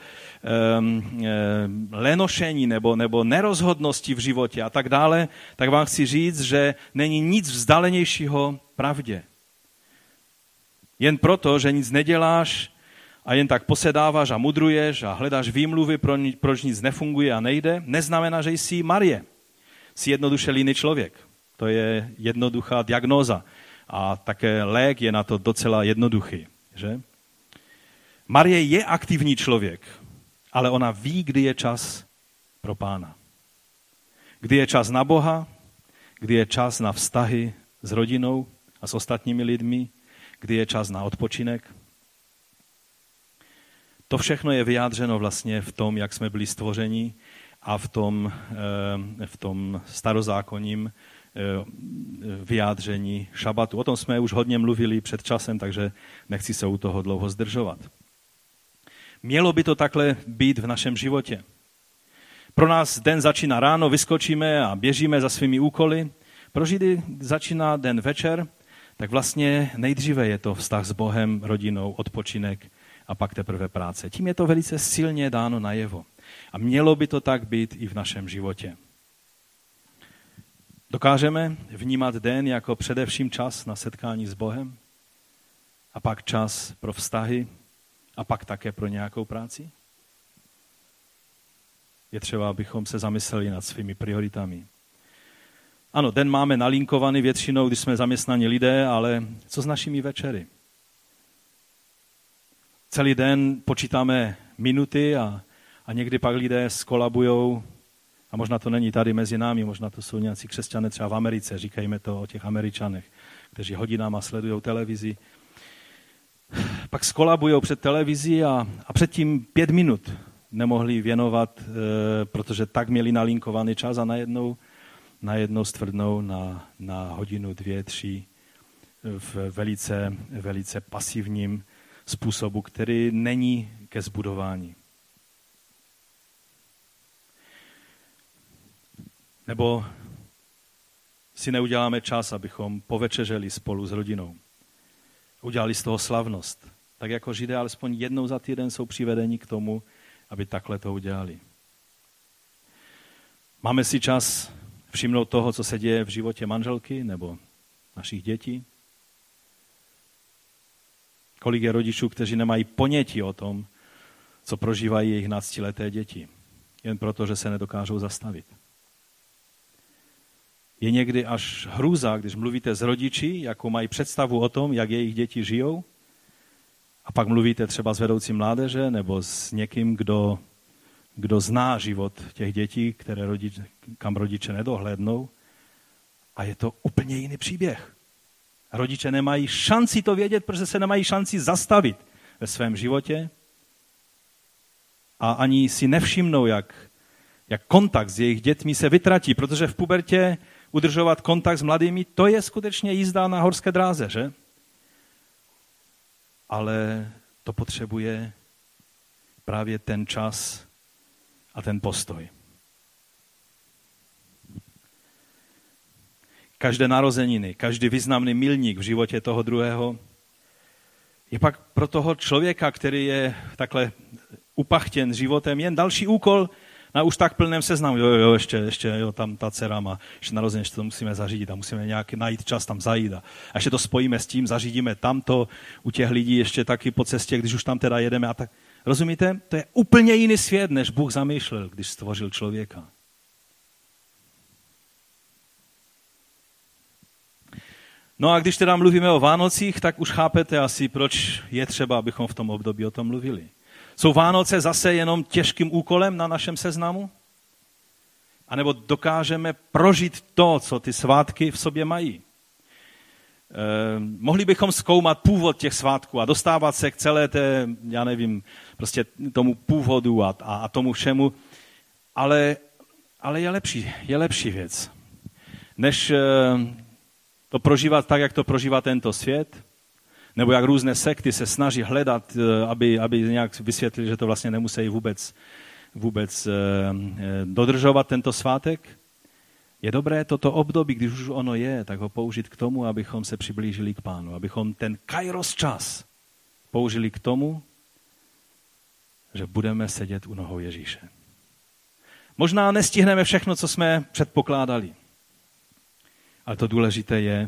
lenošení nebo nerozhodnosti v životě a tak dále, tak vám chci říct, že není nic vzdálenějšího pravdě. Jen proto, že nic neděláš a jen tak posedáváš a mudruješ a hledáš výmluvy, proč nic nefunguje a nejde, neznamená, že jsi Marie. Jsi jednoduše líný člověk. To je jednoduchá diagnóza. A také lék je na to docela jednoduchý. Že? Marie je aktivní člověk, ale ona ví, kdy je čas pro Pána. Kdy je čas na Boha, kdy je čas na vztahy s rodinou a s ostatními lidmi, kdy je čas na odpočinek. To všechno je vyjádřeno vlastně v tom, jak jsme byli stvořeni a v tom starozákonním vyjádření šabatu. O tom jsme už hodně mluvili před časem, takže nechci se u toho dlouho zdržovat. Mělo by to takhle být v našem životě. Pro nás den začíná ráno, vyskočíme a běžíme za svými úkoly. Pro Židy začíná den večer, tak vlastně nejdříve je to vztah s Bohem, rodinou, odpočinek a pak teprve práce. Tím je to velice silně dáno najevo. A mělo by to tak být i v našem životě. Dokážeme vnímat den jako především čas na setkání s Bohem a pak čas pro vztahy a pak také pro nějakou práci? Je třeba, abychom se zamysleli nad svými prioritami. Ano, den máme nalinkovaný většinou, když jsme zaměstnaní lidé, ale co s našimi večery? Celý den počítáme minuty a někdy pak lidé skolabujou, a možná to není tady mezi námi, možná to jsou nějací křesťané třeba v Americe, říkejme to o těch Američanech, kteří hodinama sledují televizi. Pak skolabujou před televizí a předtím 5 minut nemohli věnovat, protože tak měli nalinkovaný čas a najednou stvrdnou na hodinu, 2, 3 v velice pasivním způsobu, který není ke zbudování. Nebo si neuděláme čas, abychom povečeřeli spolu s rodinou. Udělali z toho slavnost. Tak jako Židé alespoň jednou za týden jsou přivedeni k tomu, aby takhle to udělali. Máme si čas všimnout toho, co se děje v životě manželky nebo našich dětí? Kolik je rodičů, kteří nemají ponětí o tom, co prožívají jejich 12leté děti, jen proto, že se nedokážou zastavit. Je někdy až hrůza, když mluvíte s rodiči, jakou mají představu o tom, jak jejich děti žijou, a pak mluvíte třeba s vedoucím mládeže nebo s někým, kdo zná život těch dětí, kam rodiče nedohlédnou, a je to úplně jiný příběh. Rodiče nemají šanci to vědět, protože se nemají šanci zastavit ve svém životě a ani si nevšimnou, jak kontakt s jejich dětmi se vytratí, protože v pubertě udržovat kontakt s mladými, to je skutečně jízda na horské dráze, že? Ale to potřebuje právě ten čas a ten postoj. Každé narozeniny, každý významný milník v životě toho druhého je pak pro toho člověka, který je takhle upachtěn životem, jen další úkol na už tak plném seznamu. Ještě tam ta dcera má ještě narozeně, ještě to musíme zařídit a musíme nějak najít čas tam zajít. A ještě to spojíme s tím, zařídíme tamto u těch lidí ještě taky po cestě, když už tam teda jedeme. A tak. Rozumíte? To je úplně jiný svět, než Bůh zamýšlel, když stvořil člověka. No a když teda mluvíme o Vánocích, tak už chápete asi, proč je třeba, abychom v tom období o tom mluvili. Jsou Vánoce zase jenom těžkým úkolem na našem seznamu? A nebo dokážeme prožít to, co ty svátky v sobě mají? Mohli bychom zkoumat původ těch svátků a dostávat se k celé té, já nevím, prostě tomu původu a tomu všemu, ale je lepší věc, než to prožívat tak, jak to prožívá tento svět, nebo jak různé sekty se snaží hledat, aby nějak vysvětlili, že to vlastně nemusí vůbec dodržovat tento svátek. Je dobré toto období, když už ono je, tak ho použít k tomu, abychom se přiblížili k Pánu, abychom ten kairos čas použili k tomu, že budeme sedět u nohou Ježíše. Možná nestihneme všechno, co jsme předpokládali, ale to důležité je,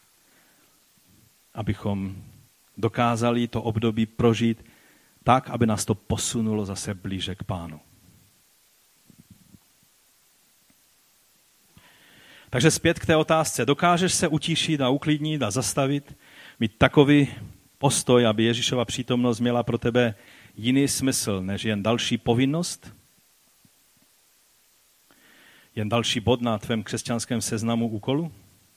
abychom dokázali to období prožít tak, aby nás to posunulo zase blíže k Pánu. Takže zpět k té otázce. Dokážeš se utišit a uklidnit a zastavit, mít takový postoj, aby Ježíšova přítomnost měla pro tebe jiný smysl, než jen další povinnost? Jen další bod na tvém křesťanském seznamu úkolu?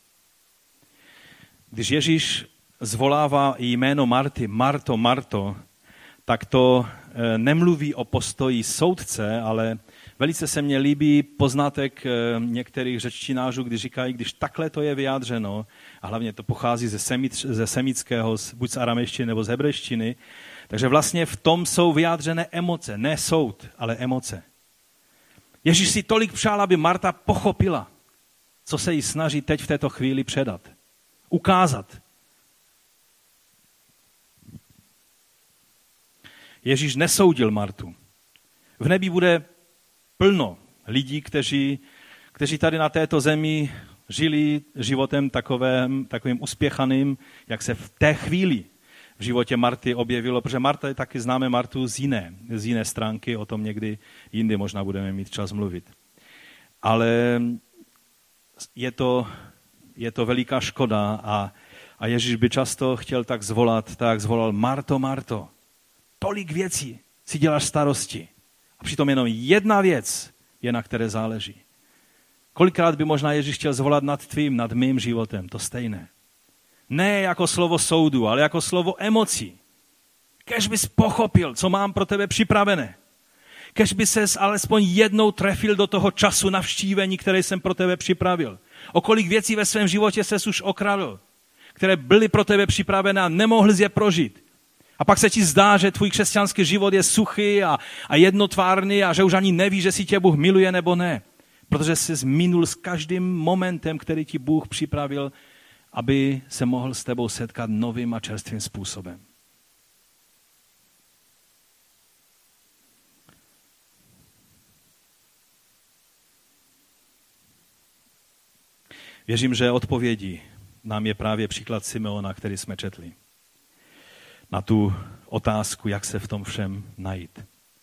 Když Ježíš zvolává jméno Marty, Marto, Marto, tak to nemluví o postoji soudce, ale velice se mně líbí poznatek některých řečtinářů, když říkají, když takhle to je vyjádřeno, a hlavně to pochází ze semického, buď z aramejštiny nebo z hebrejštiny, Takže vlastně v tom jsou vyjádřené emoce, ne soud, ale emoce. Ježíš si tolik přál, aby Marta pochopila, co se jí snaží teď v této chvíli předat. Ukázat. Ježíš nesoudil Martu. V nebi bude plno lidí, kteří tady na této zemi žili životem takovým uspěchaným, jak se v té chvíli v životě Marty objevilo, protože Marta, taky známe Martu z jiné stránky, o tom někdy jindy možná budeme mít čas mluvit. Ale je to veliká škoda a Ježíš by často chtěl tak zvolal Marto, Marto, tolik věcí si děláš starosti a přitom jenom jedna věc je, na které záleží. Kolikrát by možná Ježíš chtěl zvolat nad mým životem, to stejné. Ne jako slovo soudu, ale jako slovo emocí. Kež bys pochopil, co mám pro tebe připravené. Kež by ses alespoň jednou trefil do toho času navštívení, které jsem pro tebe připravil. O kolik věcí ve svém životě ses už okradl, které byly pro tebe připravené a nemohl jsi je prožít. A pak se ti zdá, že tvůj křesťanský život je suchý a jednotvárný a že už ani nevíš, že si tě Bůh miluje nebo ne. Protože jsi minul s každým momentem, který ti Bůh připravil, aby se mohl s tebou setkat novým a čerstvým způsobem. Věřím, že odpovědí nám je právě příklad Simeona, který jsme četli. Na tu otázku, jak se v tom všem najít.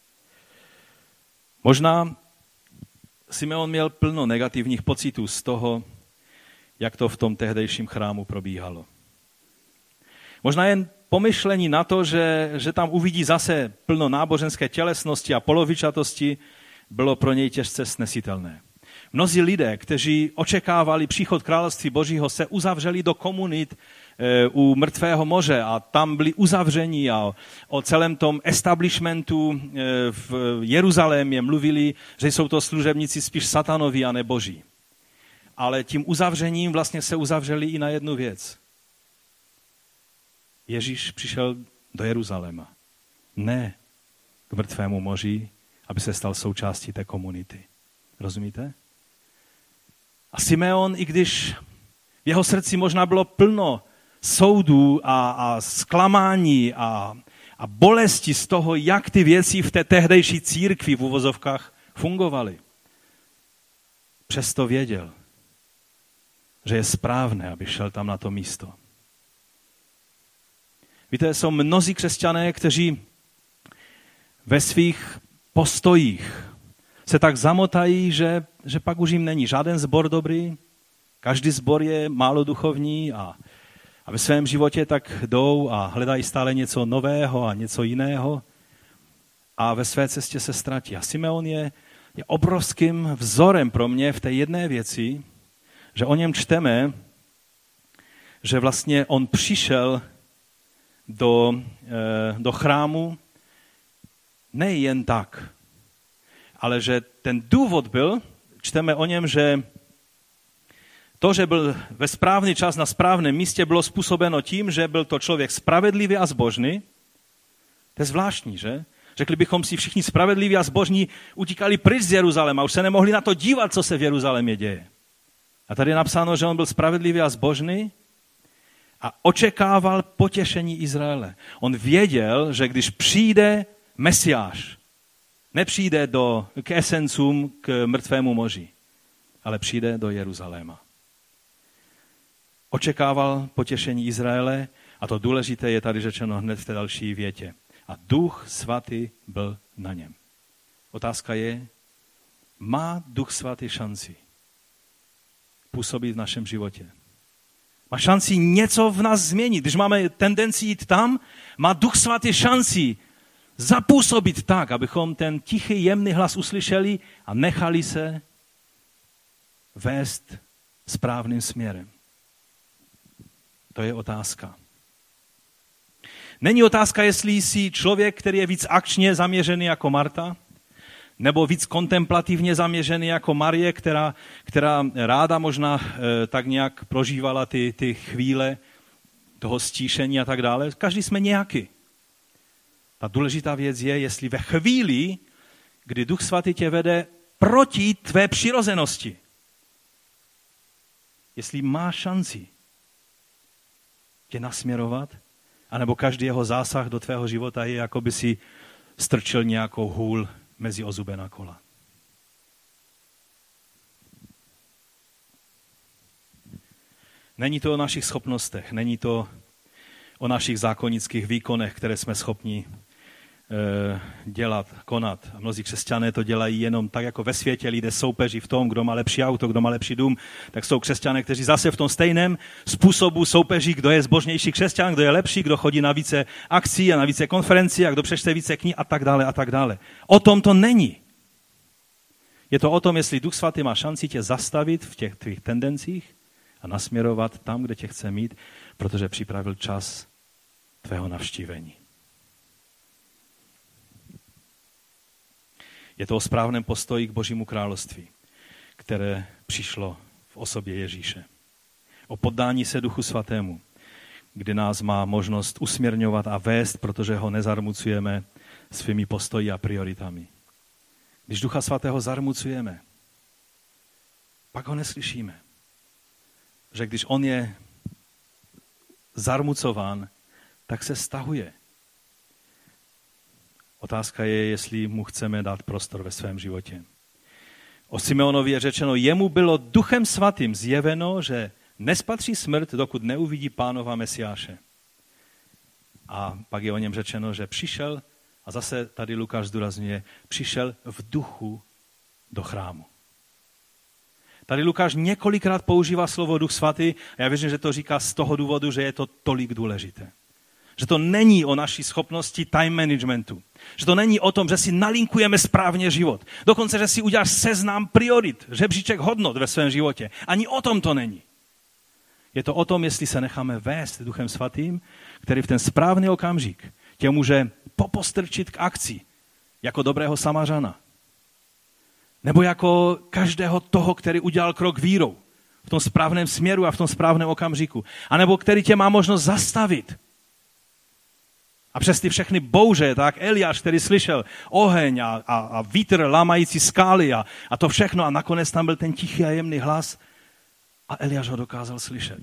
Možná Simeon měl plno negativních pocitů z toho, jak to v tom tehdejším chrámu probíhalo. Možná jen pomyšlení na to, že tam uvidí zase plno náboženské tělesnosti a polovičatosti, bylo pro něj těžce snesitelné. Mnozí lidé, kteří očekávali příchod království Božího, se uzavřeli do komunit u Mrtvého moře a tam byli uzavření a o celém tom establishmentu v Jeruzalémě mluvili, že jsou to služebníci spíš satanovi a ne Boží. Ale tím uzavřením vlastně se uzavřeli i na jednu věc. Ježíš přišel do Jeruzaléma. Ne k Mrtvému moři, aby se stal součástí té komunity. Rozumíte? A Simeon, i když v jeho srdci možná bylo plno soudů a zklamání a bolesti z toho, jak ty věci v té tehdejší církvi v uvozovkách fungovaly, přesto věděl, že je správné, aby šel tam na to místo. Víte, jsou mnozí křesťané, kteří ve svých postojích se tak zamotají, že pak už jim není žádný sbor dobrý, každý sbor je málo duchovní a ve svém životě tak jdou a hledají stále něco nového a něco jiného a ve své cestě se ztratí. A Simeon je obrovským vzorem pro mě v té jedné věci, že o něm čteme, že vlastně on přišel do chrámu nejen tak, ale že ten důvod byl, čteme o něm, že to, že byl ve správný čas na správném místě, bylo způsobeno tím, že byl to člověk spravedlivý a zbožný. To je zvláštní, že? Řekli bychom si, všichni spravedliví a zbožní utíkali pryč z Jeruzaléma, už se nemohli na to dívat, co se v Jeruzalémě děje. A tady je napsáno, že on byl spravedlivý a zbožný a očekával potěšení Izraele. On věděl, že když přijde Mesiáš, nepřijde k Esencům, k Mrtvému moři, ale přijde do Jeruzaléma. Očekával potěšení Izraele a to důležité je tady řečeno hned v té další větě. A Duch Svatý byl na něm. Otázka je, má Duch Svatý šanci působit v našem životě? Má šanci něco v nás změnit? Když máme tendenci jít tam, má Duch Svatý šanci zapůsobit tak, abychom ten tichý, jemný hlas uslyšeli a nechali se vést správným směrem. To je otázka. Není otázka, jestli jsi člověk, který je víc akčně zaměřený jako Marta, nebo víc kontemplativně zaměřený jako Marie, která ráda možná tak nějak prožívala ty chvíle toho stíšení a tak dále. Každý jsme nějaký. Ta důležitá věc je, jestli ve chvíli, kdy Duch Svatý tě vede proti tvé přirozenosti, jestli má šanci tě nasměrovat, anebo každý jeho zásah do tvého života je, jako by si strčil nějakou hůl mezi ozubená kola. Není to o našich schopnostech, není to o našich zákonických výkonech, které jsme schopni dělat, konat. A mnozí křesťané to dělají jenom tak, jako ve světě lidé soupeří v tom, kdo má lepší auto, kdo má lepší dům, tak jsou křesťané, kteří zase v tom stejném způsobu soupeří, kdo je zbožnější křesťan, kdo je lepší, kdo chodí na více akcí a na více konferencí a kdo přečte více knih a tak dále a tak dále. O tom to není. Je to o tom, jestli Duch Svatý má šanci tě zastavit v těch tvých tendencích a nasměrovat tam, kde tě chce mít, protože připravil čas tvého navštívení. Je to o správném postoji k Božímu království, které přišlo v osobě Ježíše. O poddání se Duchu Svatému, kdy nás má možnost usměrňovat a vést, protože ho nezarmucujeme svými postoji a prioritami. Když Ducha Svatého zarmucujeme, pak ho neslyšíme. Že když on je zarmucován, tak se stahuje. Otázka je, jestli mu chceme dát prostor ve svém životě. O Simeonovi je řečeno, jemu bylo Duchem Svatým zjeveno, že nespatří smrt, dokud neuvidí Pánova Mesiáše. A pak je o něm řečeno, že přišel, a zase tady Lukáš zdůrazňuje, přišel v duchu do chrámu. Tady Lukáš několikrát používá slovo Duch Svatý a já věřím, že to říká z toho důvodu, že je to tolik důležité. Že to není o naší schopnosti time managementu. Že to není o tom, že si nalinkujeme správně život. Dokonce, že si uděláš seznam priorit, žebříček hodnot ve svém životě. Ani o tom to není. Je to o tom, jestli se necháme vést Duchem Svatým, který v ten správný okamžik tě může popostrčit k akci jako dobrého Samařana. Nebo jako každého toho, který udělal krok vírou v tom správném směru a v tom správném okamžiku. A nebo který tě má možnost zastavit. A přes ty všechny bouře, tak Eliáš, který slyšel oheň a vítr lámající skály a to všechno a nakonec tam byl ten tichý a jemný hlas a Eliáš ho dokázal slyšet.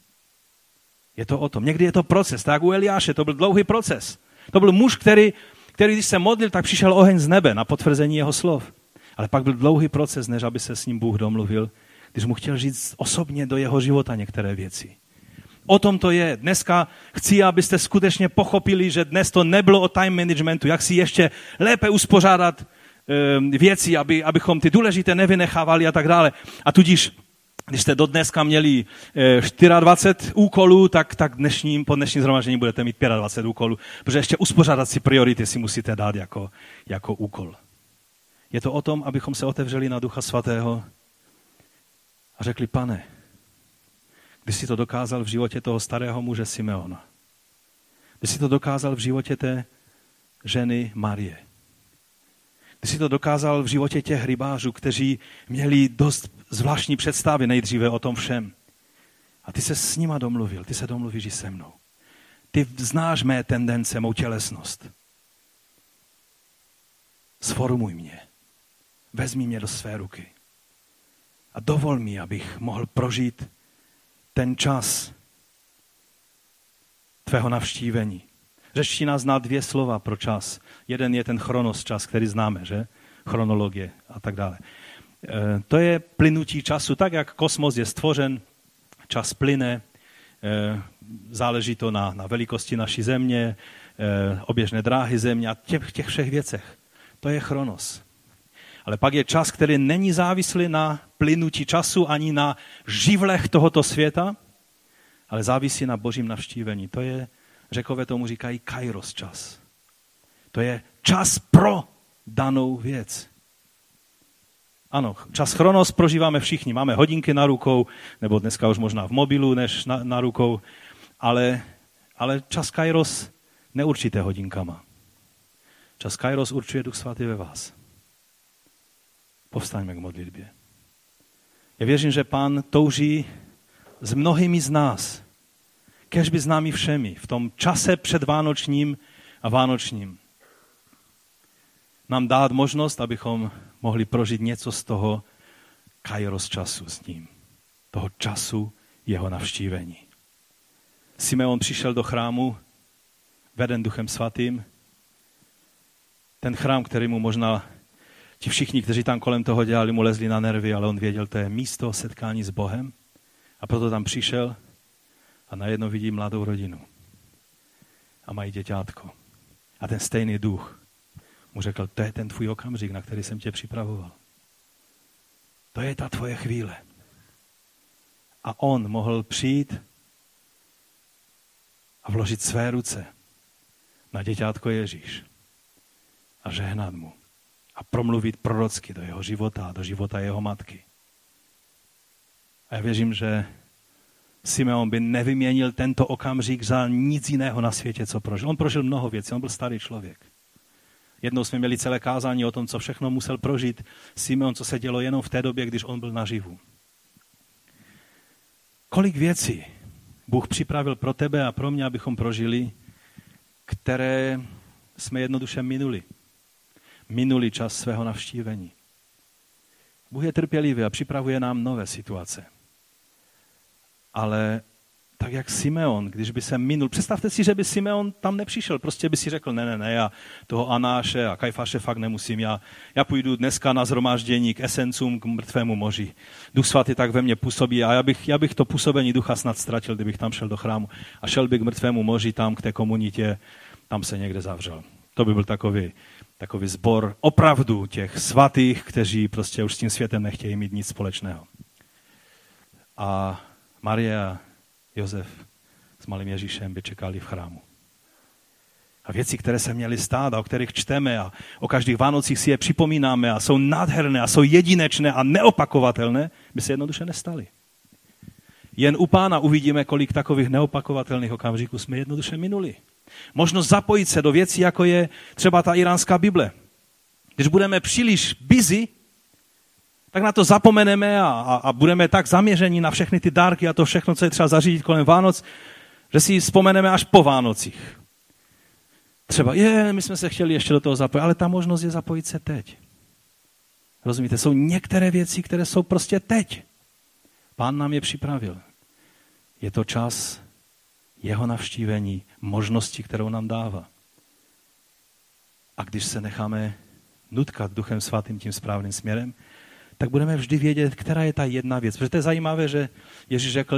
Je to o tom. Někdy je to proces, tak u Eliáše to byl dlouhý proces. To byl muž, který když se modlil, tak přišel oheň z nebe na potvrzení jeho slov. Ale pak byl dlouhý proces, než aby se s ním Bůh domluvil, když mu chtěl říct osobně do jeho života některé věci. O tom to je. Dneska chci, abyste skutečně pochopili, že dnes to nebylo o time managementu, jak si ještě lépe uspořádat věci, abychom ty důležité nevynechávali a tak dále. A tudíž, když jste do dneska měli 24 úkolů, tak po dnešním shromaždění budete mít 25 úkolů, protože ještě uspořádat si priority si musíte dát jako úkol. Je to o tom, abychom se otevřeli na Ducha Svatého a řekli, Pane, když jsi to dokázal v životě toho starého muže Simeona, když jsi to dokázal v životě té ženy Marie, když jsi to dokázal v životě těch rybářů, kteří měli dost zvláštní představy nejdříve o tom všem. A ty se s nima domluvil, ty se domluvíš i se mnou. Ty znáš mé tendence, mou tělesnost. Sformuj mě. Vezmi mě do své ruky. A dovol mi, abych mohl prožít ten čas tvého navštívení. Řečtina zná 2 slova pro čas. Jeden je ten chronos čas, který známe, že? Chronologie a tak dále. To je plynutí času, tak jak kosmos je stvořen, čas plyne, záleží to na velikosti naší země, oběžné dráhy země a těch všech věcech. To je chronos. Ale pak je čas, který není závislý na plynutí času ani na živlech tohoto světa, ale závisí na Božím navštívení. To je, Řekové tomu říkají kairos čas. To je čas pro danou věc. Ano, čas chronos prožíváme všichni. Máme hodinky na rukou, nebo dneska už možná v mobilu než na rukou, ale čas kairos neurčíte hodinkama. Čas kairos určuje Duch Svatý ve vás. Povstaňme k modlitbě. Já věřím, že Pán touží s mnohými z nás, kéž by s námi všemi, v tom čase předvánočním a vánočním, nám dát možnost, abychom mohli prožít něco z toho kairos času s ním. Toho času jeho navštívení. Simeon přišel do chrámu, veden Duchem Svatým. Ten chrám, který mu možná ti všichni, kteří tam kolem toho dělali, mu lezli na nervy, ale on věděl, to je místo setkání s Bohem. A proto tam přišel a najednou vidí mladou rodinu. A mají děťátko. A ten stejný duch mu řekl, to je ten tvůj okamžik, na který jsem tě připravoval. To je ta tvoje chvíle. A on mohl přijít a vložit své ruce na děťátko Ježíš a žehnat mu a promluvit prorocky do jeho života a do života jeho matky. A já věřím, že Simeon by nevyměnil tento okamžik za nic jiného na světě, co prožil. On prožil mnoho věcí, on byl starý člověk. Jednou jsme měli celé kázání o tom, co všechno musel prožít Simeon, co se dělo jenom v té době, když on byl naživu. Kolik věcí Bůh připravil pro tebe a pro mě, abychom prožili, které jsme jednoduše minuli. Minuli čas svého navštívení. Bůh je trpělivý a připravuje nám nové situace. Ale tak jak Simeon, když by se minul, představte si, že by Simeon tam nepřišel, prostě by si řekl, ne, já toho Anáše a Kajfáše fakt nemusím, já půjdu dneska na shromáždění k Esencům, k mrtvému moři. Duch Svatý tak ve mně působí a já bych to působení ducha snad ztratil, kdybych tam šel do chrámu a šel bych k mrtvému moři tam k té komunitě, tam se někde zavřel. To by byl takový sbor opravdu těch svatých, kteří prostě už s tím světem nechtějí mít nic společného. A Marie a Josef s malým Ježíšem by čekali v chrámu. A věci, které se měly stát a o kterých čteme a o každých Vánocích si je připomínáme a jsou nádherné a jsou jedinečné a neopakovatelné, by se jednoduše nestaly. Jen u Pána uvidíme, kolik takových neopakovatelných okamžiků jsme jednoduše minuli. Možnost zapojit se do věcí, jako je třeba ta iránská Bible. Když budeme příliš busy, tak na to zapomeneme a budeme tak zaměření na všechny ty dárky a to všechno, co je třeba zařídit kolem Vánoc, že si vzpomeneme až po Vánocích. Třeba, my jsme se chtěli ještě do toho zapojit, ale ta možnost je zapojit se teď. Rozumíte, jsou některé věci, které jsou prostě teď. Pán nám je připravil. Je to čas jeho navštívení, možnosti, kterou nám dává. A když se necháme nutkat Duchem Svatým tím správným směrem, tak budeme vždy vědět, která je ta jedna věc. Protože to je zajímavé, že Ježíš řekl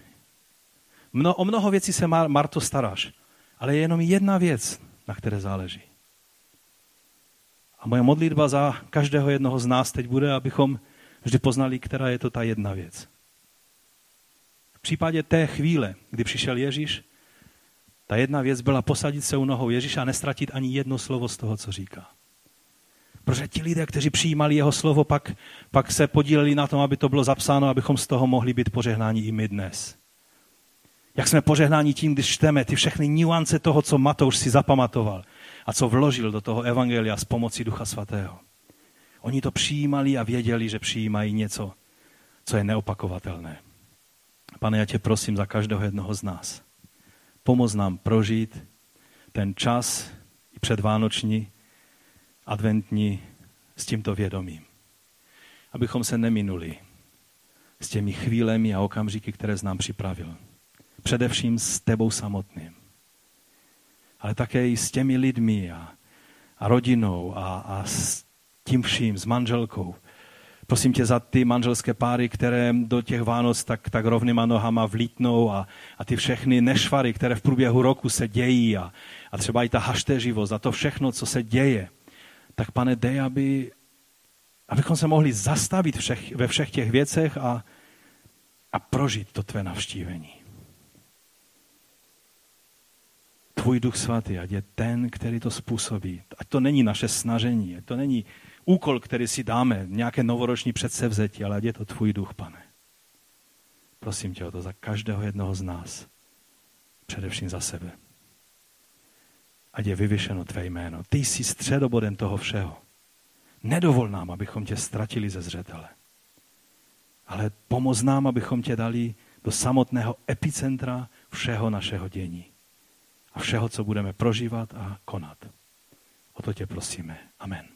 o mnoho věcí se, Marto, staráš, ale je jenom jedna věc, na které záleží. A moje modlitba za každého jednoho z nás teď bude, abychom vždy poznali, která je to ta jedna věc. V případě té chvíle, kdy přišel Ježíš, ta jedna věc byla posadit se u nohou Ježíša a nestratit ani jedno slovo z toho, co říká. Protože ti lidé, kteří přijímali jeho slovo, pak se podíleli na tom, aby to bylo zapsáno, abychom z toho mohli být požehnáni i my dnes. Jak jsme požehnáni tím, když čteme ty všechny nuance toho, co Matouš si zapamatoval a co vložil do toho evangelia s pomocí Ducha Svatého. Oni to přijímali a věděli, že přijímají něco, co je neopakovatelné. Pane, já tě prosím za každého jednoho z nás. Pomoz nám prožít ten čas i předvánoční, adventní s tímto vědomím. Abychom se neminuli s těmi chvílemi a okamžiky, které jsi nám připravil. Především s tebou samotným. Ale také i s těmi lidmi a rodinou a s tím vším, s manželkou. Prosím tě za ty manželské páry, které do těch Vánoc tak rovnýma nohama vlítnou a ty všechny nešvary, které v průběhu roku se dějí a třeba i ta hašteřivost a to všechno, co se děje. Tak Pane, dej, abychom se mohli zastavit ve všech těch věcech a prožít to tvé navštívení. Tvůj Duch Svatý, ať je ten, který to způsobí. Ať to není naše snažení, ať to není úkol, který si dáme, nějaké novoroční předsevzetí, ale ať je to tvůj Duch, Pane. Prosím tě o to za každého jednoho z nás. Především za sebe. Ať je vyvyšeno tvé jméno. Ty jsi středobodem toho všeho. Nedovol nám, abychom tě ztratili ze zřetele. Ale pomoz nám, abychom tě dali do samotného epicentra všeho našeho dění. A všeho, co budeme prožívat a konat. O to tě prosíme. Amen.